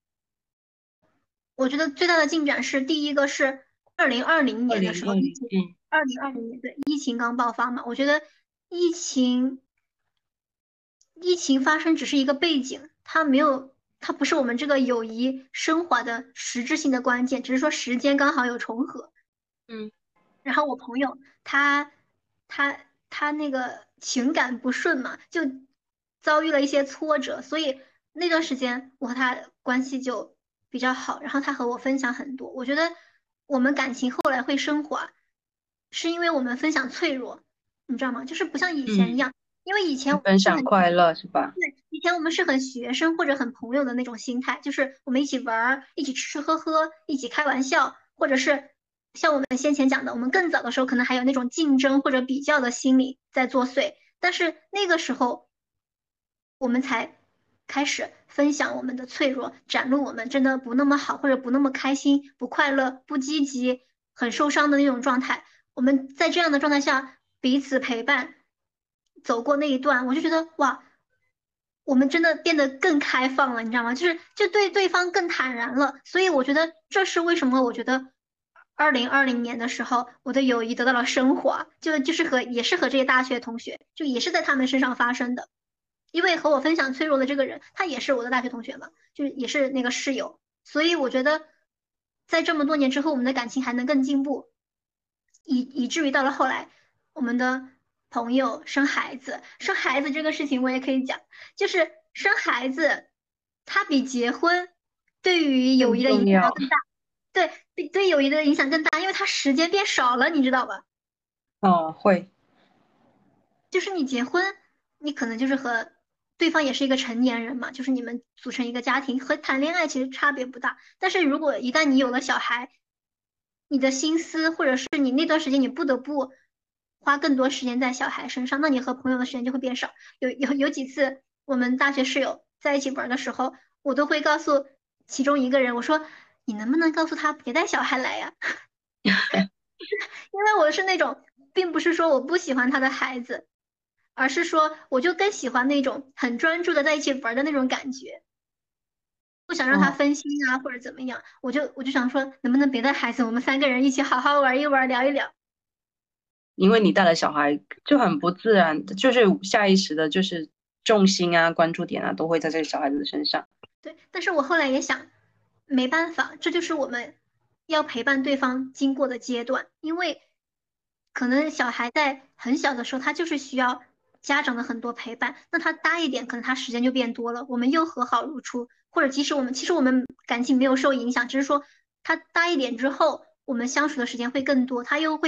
我觉得最大的进展是，第一个是2020年的时候， 2020， 2020年对，疫情刚爆发嘛，我觉得疫情疫情发生只是一个背景，它不是我们这个友谊升华的实质性的关键，只是说时间刚好有重合。 嗯然后我朋友他他那个情感不顺嘛，就遭遇了一些挫折，所以那段时间我和他关系就比较好，然后他和我分享很多。我觉得我们感情后来会升华，是因为我们分享脆弱，你知道吗？就是不像以前一嗯， 样，因为以前我们分是很享快乐是吧？ 对，以前我们是很学生或者很朋友的那种心态，就是我们一起玩儿，一起吃吃喝喝，一起开玩笑，或者是像我们先前讲的，我们更早的时候可能还有那种竞争或者比较的心理在作祟。但是那个时候，我们才开始分享我们的脆弱，展露我们真的不那么好，或者不那么开心、不快乐、不积极、很受伤的那种状态。我们在这样的状态下彼此陪伴，走过那一段，我就觉得哇。我们真的变得更开放了，你知道吗？就对对方更坦然了，所以我觉得这是为什么我觉得2020年的时候，我的友谊得到了升华，也是和这些大学同学，就也是在他们身上发生的。因为和我分享脆弱的这个人，他也是我的大学同学嘛，就是也是那个室友，所以我觉得在这么多年之后，我们的感情还能更进步，以至于到了后来，我们的朋友生孩子，生孩子这个事情我也可以讲。就是生孩子，它比结婚对于友更谊的影重要。 响要更大。对，对友谊的影响更大，因为它时间变少了，你知道吧？ 哦，会。 就是你结婚，你可能就是和对方也是一个成年人嘛，就是你们组成一个家庭，和谈恋爱其实差别不大。但是如果一旦你有了小孩，你的心思或者是你那段时间你不得不花更多时间在小孩身上，那你和朋友的时间就会变少。有几次，我们大学室友在一起玩的时候，我都会告诉其中一个人，我说你能不能告诉他别带小孩来呀？因为我是那种，并不是说我不喜欢他的孩子，而是说我就更喜欢那种很专注的在一起玩的那种感觉，不想让他哦， 分心啊或者怎么样，我就想说，能不能别带孩子，我们3个人一起好好玩一玩，聊一聊。 因为你带了小孩，就很不自然，就是下意识的，就是重心啊、关注点啊，都会在这个小孩子的身上。 对，但是我后来也想，没办法，这就是我们要陪伴对方经过的阶段，因为可能小孩在很小的时候，他就是需要家长的很多陪伴，那他大一点，可能他时间就变多了，我们又和好如初，或者其实我们感情没有受影响，只是说他大一点之后，我们相处的时间会更多，他又会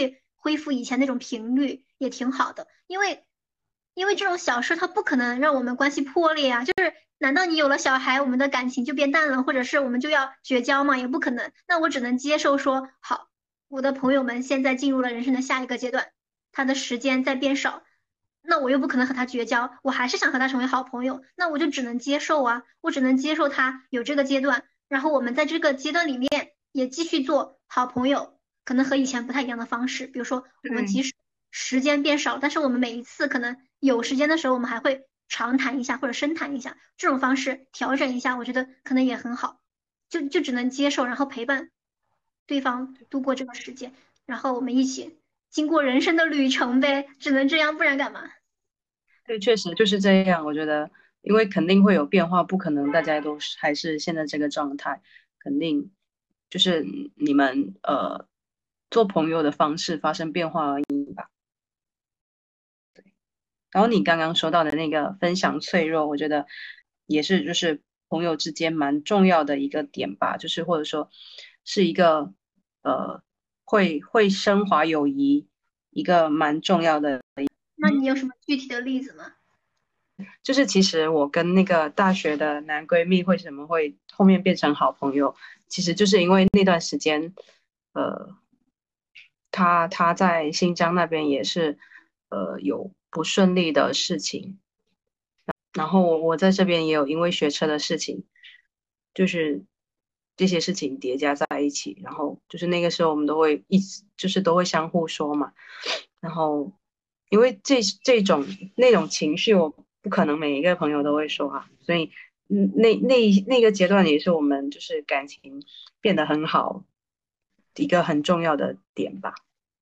恢复以前那种频率也挺好的，因为这种小事它不可能让我们关系破裂啊，就是难道你有了小孩，我们的感情就变淡了，或者是我们就要绝交吗？也不可能。那我只能接受说，好，我的朋友们现在进入了人生的下一个阶段，他的时间在变少，那我又不可能和他绝交，我还是想和他成为好朋友，那我就只能接受啊，我只能接受他有这个阶段，然后我们在这个阶段里面也继续做好朋友，可能和以前不太一样的方式，比如说我们即对使时间变少，但是我们每一次可能有时间的时候，我们还会长谈一下或者深谈一下，这种方式调整一下，我觉得可能也很好，就只能接受，然后陪伴对方度过这个时间，然后我们一起经过人生的旅程呗，只能这样，不然干嘛？ 对，确实就是这样。我觉得，因为肯定会有变化，不可能大家都是还是现在这个状态，肯定就是你们做朋友的方式发生变化而已。然后你刚刚说到的那个分享脆弱，我觉得也是就是朋友之间蛮重要的一个点吧，就是或者说是一个会升华友谊一个蛮重要的。 那你有什么具体的例子吗？ 就是其实我跟那个大学的男闺蜜为什么会后面变成好朋友，其实就是因为那段时间，呃，他在新疆那边也是有不顺利的事情，然后我在这边也有因为学车的事情，就是这些事情叠加在一起，然后就是那个时候我们都会一直就是都会相互说嘛，然后因为这种那种情绪，我不可能每一个朋友都会说啊，所以那个阶段也是我们就是感情变得很好一个很重要的点吧。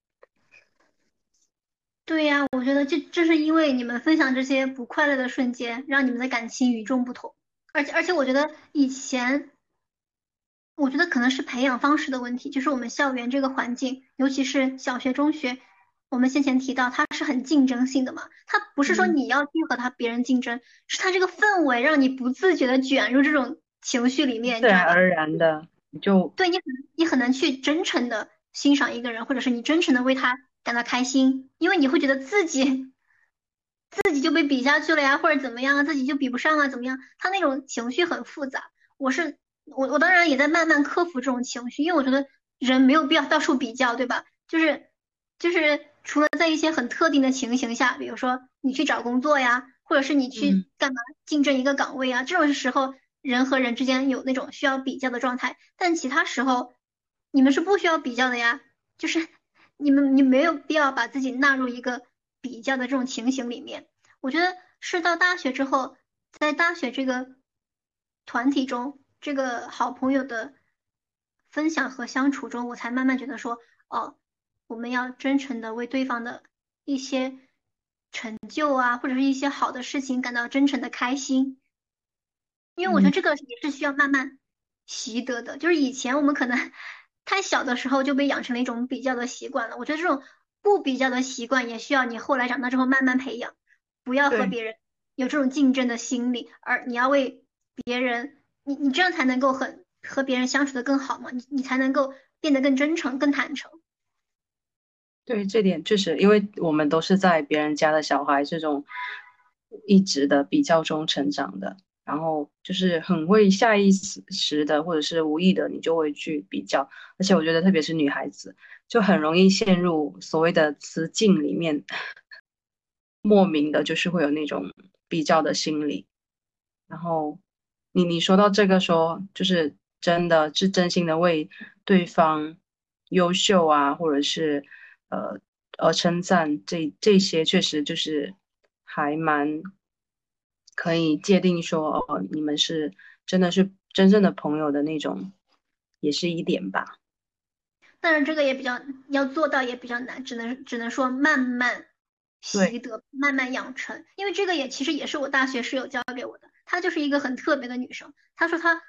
对呀，我觉得这是因为你们分享这些不快乐的瞬间，让你们的感情与众不同。而且，我觉得以前，我觉得可能是培养方式的问题，就是我们校园这个环境，尤其是小学、中学，我们先前提到它是很竞争性的嘛，它不是说嗯， 你要去和别人竞争，是它这个氛围让你不自觉的卷入这种情绪里面，你知道吧？ 自然而然的就对你很难去真诚的欣赏一个人，或者是你真诚的为他感到开心，因为你会觉得自己就被比下去了呀，或者怎么样啊，自己就比不上啊，怎么样？他那种情绪很复杂。我当然也在慢慢克服这种情绪，因为我觉得人没有必要到处比较，对吧？就是除了在一些很特定的情形下，比如说你去找工作呀，或者是你嗯。 去干嘛竞争一个岗位啊，这种时候人和人之间有那种需要比较的状态，但其他时候你们是不需要比较的呀，就是你没有必要把自己纳入一个比较的这种情形里面。我觉得是到大学之后，在大学这个团体中，这个好朋友的分享和相处中，我才慢慢觉得说，哦，我们要真诚的为对方的一些成就啊，或者是一些好的事情感到真诚的开心。因为我觉得嗯， 这个也是需要慢慢习得的，就是以前我们可能太小的时候就被养成了一种比较的习惯了。我觉得这种不比较的习惯也需要你后来长大之后慢慢培养，不要和对。 别人有这种竞争的心理，而你要为别人，你这样才能够和别人相处的更好嘛，你才能够变得更真诚、更坦诚。 对，这点确实，因为我们都是在别人家的小孩这种一直的比较中成长的，然后就是很会下意识的或者是无意的，你就会去比较，而且我觉得特别是女孩子，就很容易陷入所谓的雌竞里面，莫名的就是会有那种比较的心理。然后你说到这个说，就是真的是真心的为对方优秀啊，或者是而称赞，这些确实就是还蛮可以界定说哦，你们是真的是真正的朋友的那种，也是一点吧。 但是这个也比较要做到也比较难，只能说慢慢习对， 得，慢慢养成。因为这个其实也是我大学室友教给我的，她就是一个很特别的女生。她说她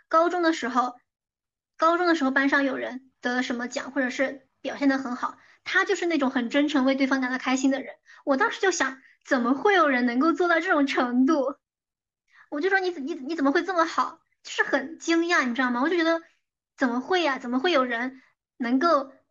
高中的时候班上有人得了什么奖，或者是表现得很好，她就是那种很真诚为对方感到开心的人。我当时就想，怎么会有人能够做到这种程度？我就说你怎么会这么好？就是很惊讶，你知道吗？我就觉得怎么会呀？怎么会有人能够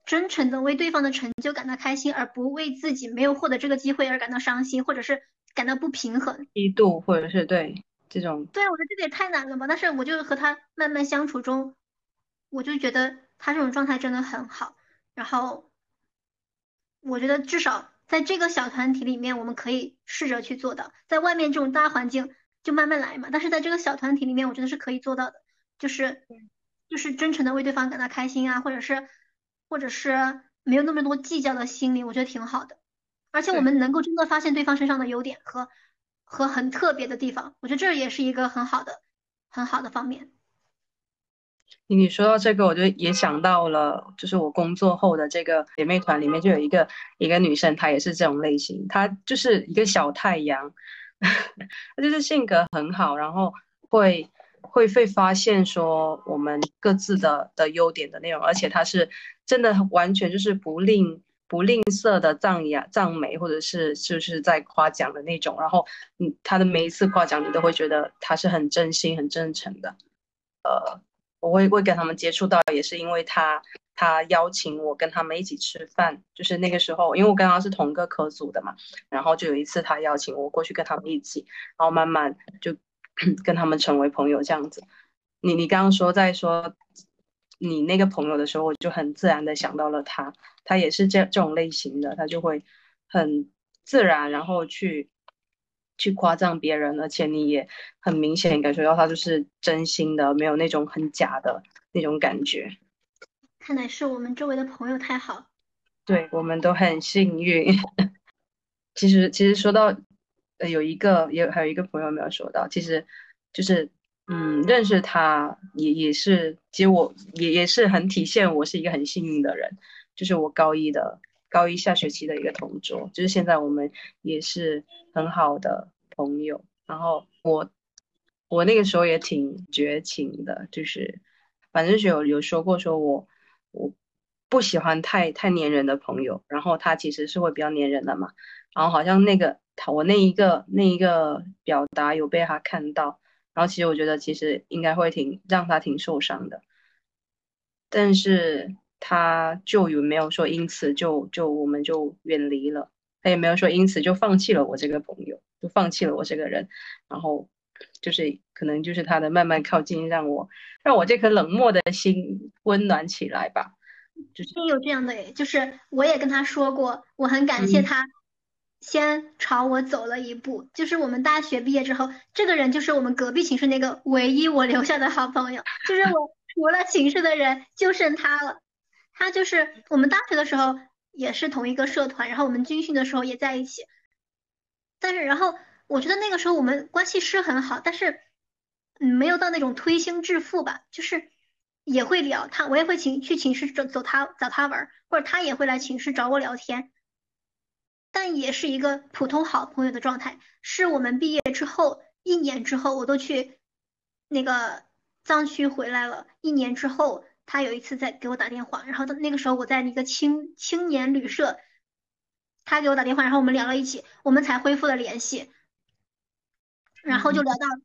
真诚的为对方的成就感到开心，而不为自己没有获得这个机会而感到伤心，或者是感到不平衡。 嫉妒或者是对这种。 对啊，我觉得这个也太难了吧！但是我就和他慢慢相处中，我就觉得他这种状态真的很好。然后我觉得至少在这个小团体里面，我们可以试着去做到。在外面这种大环境就慢慢来嘛，但是在这个小团体里面，我觉得是可以做到的，就是就是真诚的为对方感到开心啊，或者是没有那么多计较的心理，我觉得挺好的。而且我对， 们能够真的发现对方身上的优点和很特别的地方，我觉得这也是一个很好的方面。 你说到这个，我就也想到了，就是我工作后的这个姐妹团里面就有一个女生，她也是这种类型，她就是一个小太阳，她就是性格很好，然后会会发现说我们各自的优点的内容，而且她是真的完全就是不吝啬的赞美，或者是就是在夸奖的那种，然后她的每一次夸奖你都会觉得她是很真心、很真诚的。我会跟他们接触到，也是因为他邀请我跟他们一起吃饭，就是那个时候，因为我跟他是同个科组的嘛，然后就有一次他邀请我过去跟他们一起，然后慢慢就跟他们成为朋友这样子。你刚刚在说你那个朋友的时候，我就很自然的想到了他，他也是这种类型的，他就会很自然，然后去夸赞别人，而且你也很明显感觉到他就是真心的，没有那种很假的那种感觉。 看来是我们周围的朋友太好。 对，我们都很幸运。其实说到，还有一个朋友没有说到，其实就是认识他也是，其实我也是很体现我是一个很幸运的人，就是我高一下学期的一个同桌，就是现在我们也是很好的朋友。然后我那个时候也挺绝情的，就是反正是有说过说我不喜欢太粘人的朋友，然后他其实是会比较粘人的嘛。然后好像我那一个表达有被他看到，然后其实我觉得其实应该会让他挺受伤的，但是他就有没有说因此就我们就远离了，他也没有说因此就放弃了我这个朋友，就放弃了我这个人，然后就是可能就是他的慢慢靠近，让我这颗冷漠的心温暖起来吧，就是也有这样的诶，就是我也跟他说过，我很感谢嗯他先朝我走了一步。就是我们大学毕业之后，这个人就是我们隔壁寝室那个唯一我留下的好朋友，就是我除了寝室的人就剩他了。他就是我们大学的时候也是同一个社团，然后我们军训的时候也在一起。但是然后我觉得那个时候我们关系是很好，但是没有到那种推心置腹吧，就是也会聊他，我也会去寝室找他玩儿，或者他也会来寝室找我聊天，但也是一个普通好朋友的状态。是我们毕业之后1年之后，我都去那个藏区回来了，1年之后。他有一次在给我打电话，然后那个时候我在那个青年旅社，他给我打电话，然后我们聊了一起，我们才恢复了联系。然后就聊到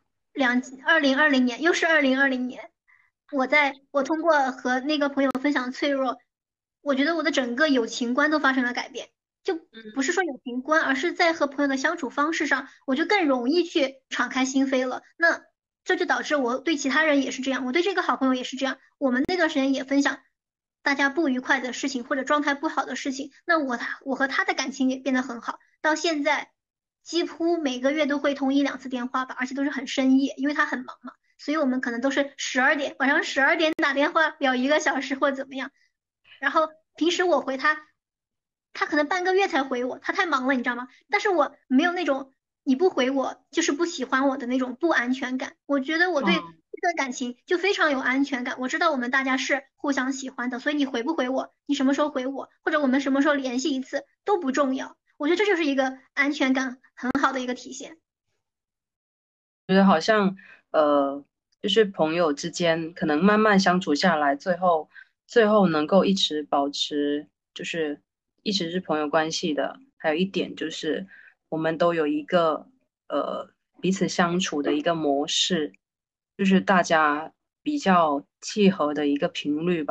2020年，又是2020年，我通过和那个朋友分享脆弱，我觉得我的整个友情观都发生了改变，就不是说友情观，而是在和朋友的相处方式上，我就更容易去敞开心扉了。那这就导致我对其他人也是这样，我对这个好朋友也是这样，我们那段时间也分享大家不愉快的事情或者状态不好的事情，那我和他的感情也变得很好，到现在。几乎每个月都会通1、2次电话吧，而且都是很深夜，因为他很忙嘛，所以我们可能都是晚上12点打电话聊1个小时或怎么样。然后平时我回他，他可能半个月才回我，他太忙了，你知道吗？但是我没有那种你不回我就是不喜欢我的那种不安全感。我觉得我对嗯。 这段感情就非常有安全感，我知道我们大家是互相喜欢的，所以你回不回我，你什么时候回我，或者我们什么时候联系一次都不重要。我觉得这就是一个安全感很好的一个体现。 觉得好像呃，就是朋友之间可能慢慢相处下来，最后能够一直保持就是一直是朋友关系的，还有一点就是我们都有一个彼此相处的一个模式，就是大家比较契合的一个频率吧。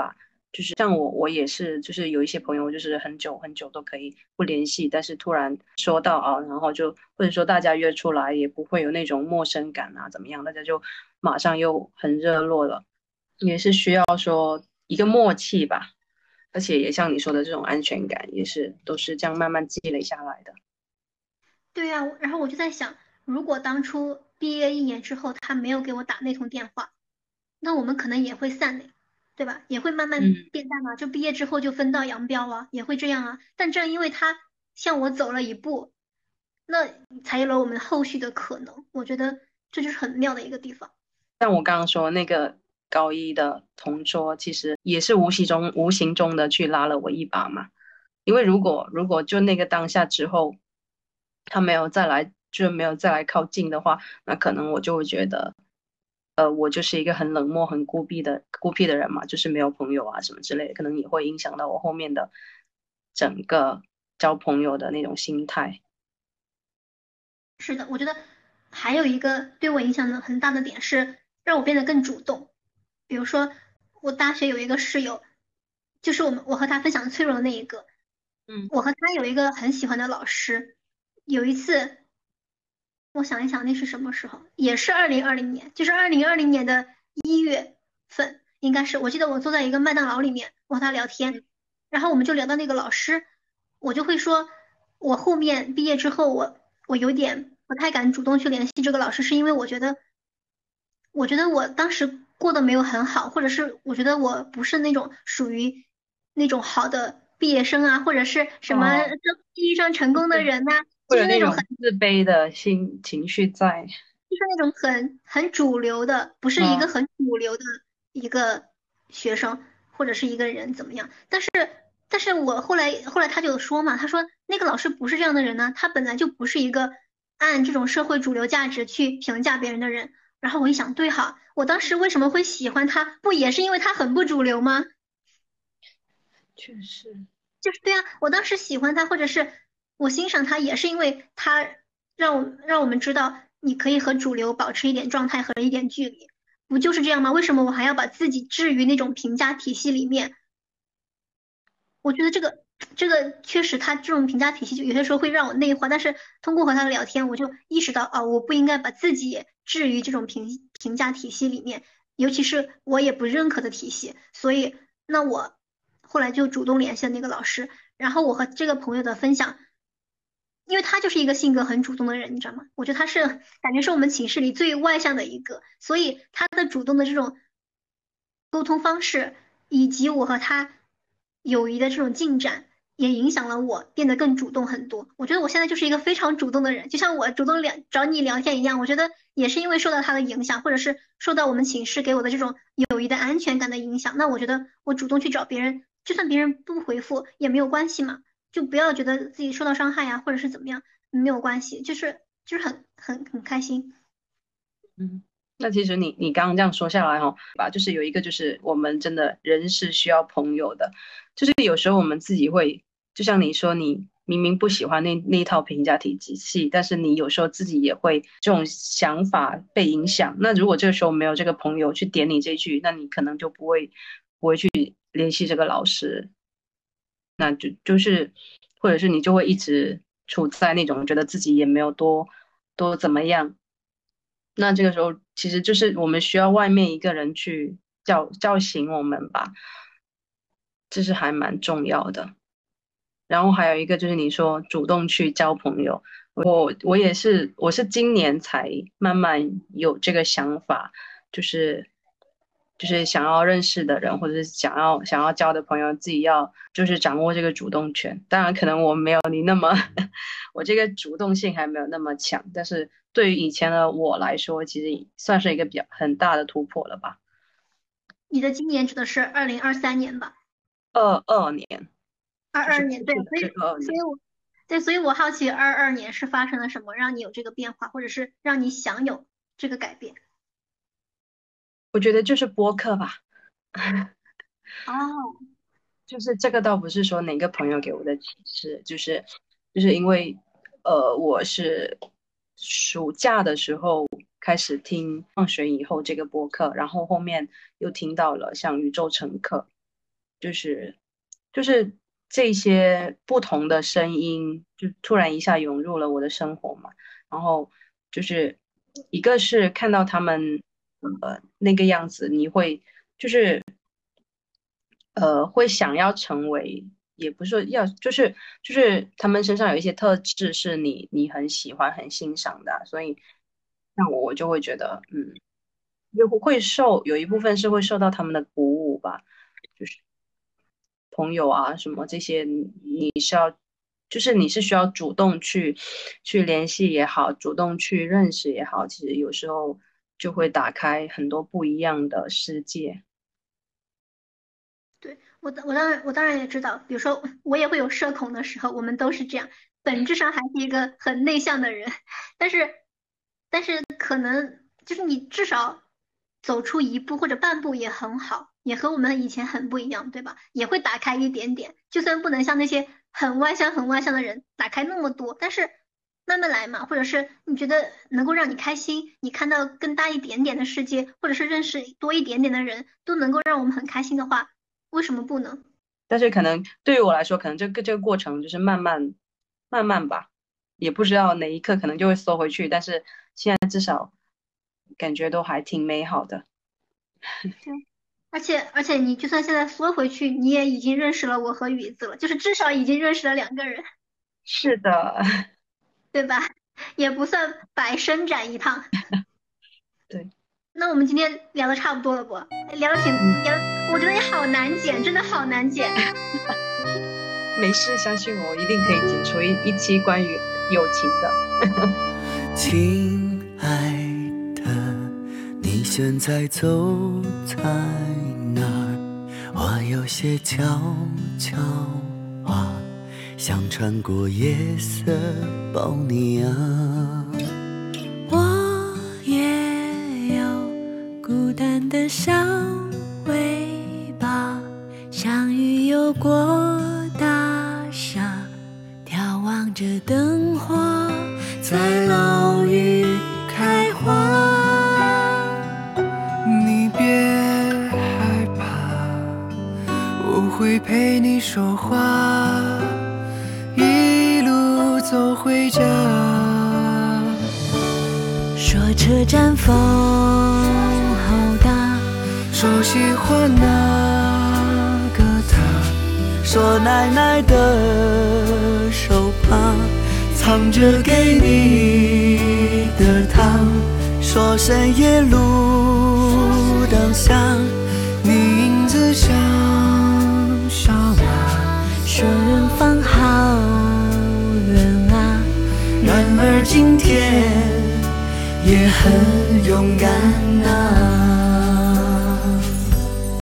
就是像我也是，就是有一些朋友就是很久很久都可以不联系，但是突然说到啊，然后就或者说大家约出来也不会有那种陌生感啊，怎么样，大家就马上又很热络了，也是需要说一个默契吧，而且也像你说的这种安全感，也是都是这样慢慢积累下来的。 对呀，然后我就在想，如果当初毕业1年之后他没有给我打那通电话，那我们可能也会散的，对吧？也会慢慢嗯。 变淡啊，就毕业之后就分道扬镳啊，也会这样啊。但正因为他向我走了一步，那才有了我们后续的可能。我觉得这就是很妙的一个地方。 像我刚刚说那个高一的同桌，其实也是无形中的去拉了我一把嘛。因为如果就那个当下之后，他没有再来，就没有再来靠近的话，那可能我就会觉得，我就是一个很冷漠、很孤僻的人嘛，就是没有朋友啊什么之类的，可能也会影响到我后面的整个交朋友的那种心态。 是的，我觉得还有一个对我影响的很大的点是让我变得更主动。比如说，我大学有一个室友，就是我和他分享脆弱的那一个。 嗯我和他有一个很喜欢的老师，有一次，我想一想那是什么时候，也是2020年，就是2020年的1月份，应该是。我记得我坐在一个麦当劳里面，我和他聊天，然后我们就聊到那个老师，我就会说，我后面毕业之后，我有点不太敢主动去联系这个老师，是因为我觉得我当时过得没有很好，或者是我觉得我不是那种属于那种好的毕业生啊，或者是什么哦， 意义上成功的人呐、 会有那种就是那种很自卑的情绪在。 就是那种很主流的，不是一个嗯。 很主流的一个学生或者是一个人怎么样。但是我后来他就说嘛，他说那个老师不是这样的人呢，他本来就不是一个按这种社会主流价值去评价别人的人。然后我一想，对哈，我当时为什么会喜欢他，不也是因为他很不主流吗？ 确实。 就是对啊，我当时喜欢他，或者是我欣赏他，也是因为他让我们知道，你可以和主流保持一点状态和一点距离，不就是这样吗？为什么我还要把自己置于那种评价体系里面？我觉得这个确实，他这种评价体系就有些时候会让我内化，但是通过和他聊天，我就意识到，啊，我不应该把自己置于这种评价体系里面，尤其是我也不认可的体系。所以，那我后来就主动联系了那个老师，然后我和这个朋友的分享，因为他就是一个性格很主动的人，你知道吗？我觉得他是感觉是我们寝室里最外向的一个，所以他的主动的这种沟通方式，以及我和他友谊的这种进展，也影响了我变得更主动很多。我觉得我现在就是一个非常主动的人，就像我主动找你聊天一样。我觉得也是因为受到他的影响，或者是受到我们寝室给我的这种友谊的安全感的影响。那我觉得我主动去找别人，就算别人不回复也没有关系嘛。就不要觉得自己受到伤害呀，或者是怎么样，没有关系，就是很开心。 嗯，那其实你刚刚这样说下来哈，吧，就是有一个就是我们真的人是需要朋友的，就是有时候我们自己会，就像你说，你明明不喜欢那一套评价体系，但是你有时候自己也会这种想法被影响。那如果这个时候没有这个朋友去点你这句，那你可能就不会去联系这个老师，那就是或者是你就会一直处在那种觉得自己也没有多怎么样。那这个时候其实就是我们需要外面一个人去叫醒我们吧，这是还蛮重要的。然后还有一个就是你说主动去交朋友，我是今年才慢慢有这个想法，就是想要认识的人或者是想要交的朋友，自己要就是掌握这个主动权。当然，可能我没有你那么，我这个主动性还没有那么强，但是对于以前的我来说，其实算是一个比较很大的突破了吧。 你的今年指的是2023年吧？ 22年，就是二二年，对， 过去的这个二年。 所以我好奇22年是发生了什么，让你有这个变化，或者是让你想有这个改变？ 我觉得就是播客吧。 哦， 就是这个倒不是说哪个朋友给我的启示，就是因为我是暑假的时候开始听放学以后这个播客，然后后面又听到了像宇宙乘客， 就是就是这些不同的声音，就突然一下涌入了我的生活嘛。然后就是一个是看到他们那个样子，你会就是会想要成为，也不是说要，就是他们身上有一些特质是你很喜欢很欣赏的啊，所以像我就会觉得就会有一部分是会受到他们的鼓舞吧，就是朋友啊什么这些，你是要就是你是需要主动去联系也好，主动去认识也好，其实有时候就会打开很多不一样的世界。 对，我当然也知道，比如说我也会有社恐的时候，我们都是这样，本质上还是一个很内向的人，但是可能就是你至少走出一步或者半步也很好，也和我们以前很不一样，对吧？也会打开一点点，就算不能像那些很外向的人打开那么多，但是慢慢来嘛，或者是你觉得能够让你开心，你看到更大一点点的世界，或者是认识多一点点的人，都能够让我们很开心的话。为什么不呢？ 但是可能对于我来说，可能这个过程就是慢慢吧，也不知道哪一刻可能就会缩回去，但是现在至少感觉都还挺美好的。 对，而且你就算现在缩回去，你也已经认识了我和雨子了，就是至少已经认识了2个人， 是的， 对吧？也不算白伸展一趟。 对， 那我们今天聊的差不多了不？聊的挺聊得，我觉得也好难剪，真的好难剪。 没事，相信我，一定可以剪出一期关于友情的。 亲爱的，你现在走在哪儿？我有些悄悄话，想穿过夜色抱你啊。 我也有孤单的小尾巴，像鱼游过大厦，眺望着灯火在楼宇开花。 你别害怕，我会陪你说话，一路走回家。 说车站风好大， 说喜欢那个他，说奶奶的手帕藏着给你的糖，说深夜路灯下你影子像小马， 说人放好人啊。 然而今天也很勇敢。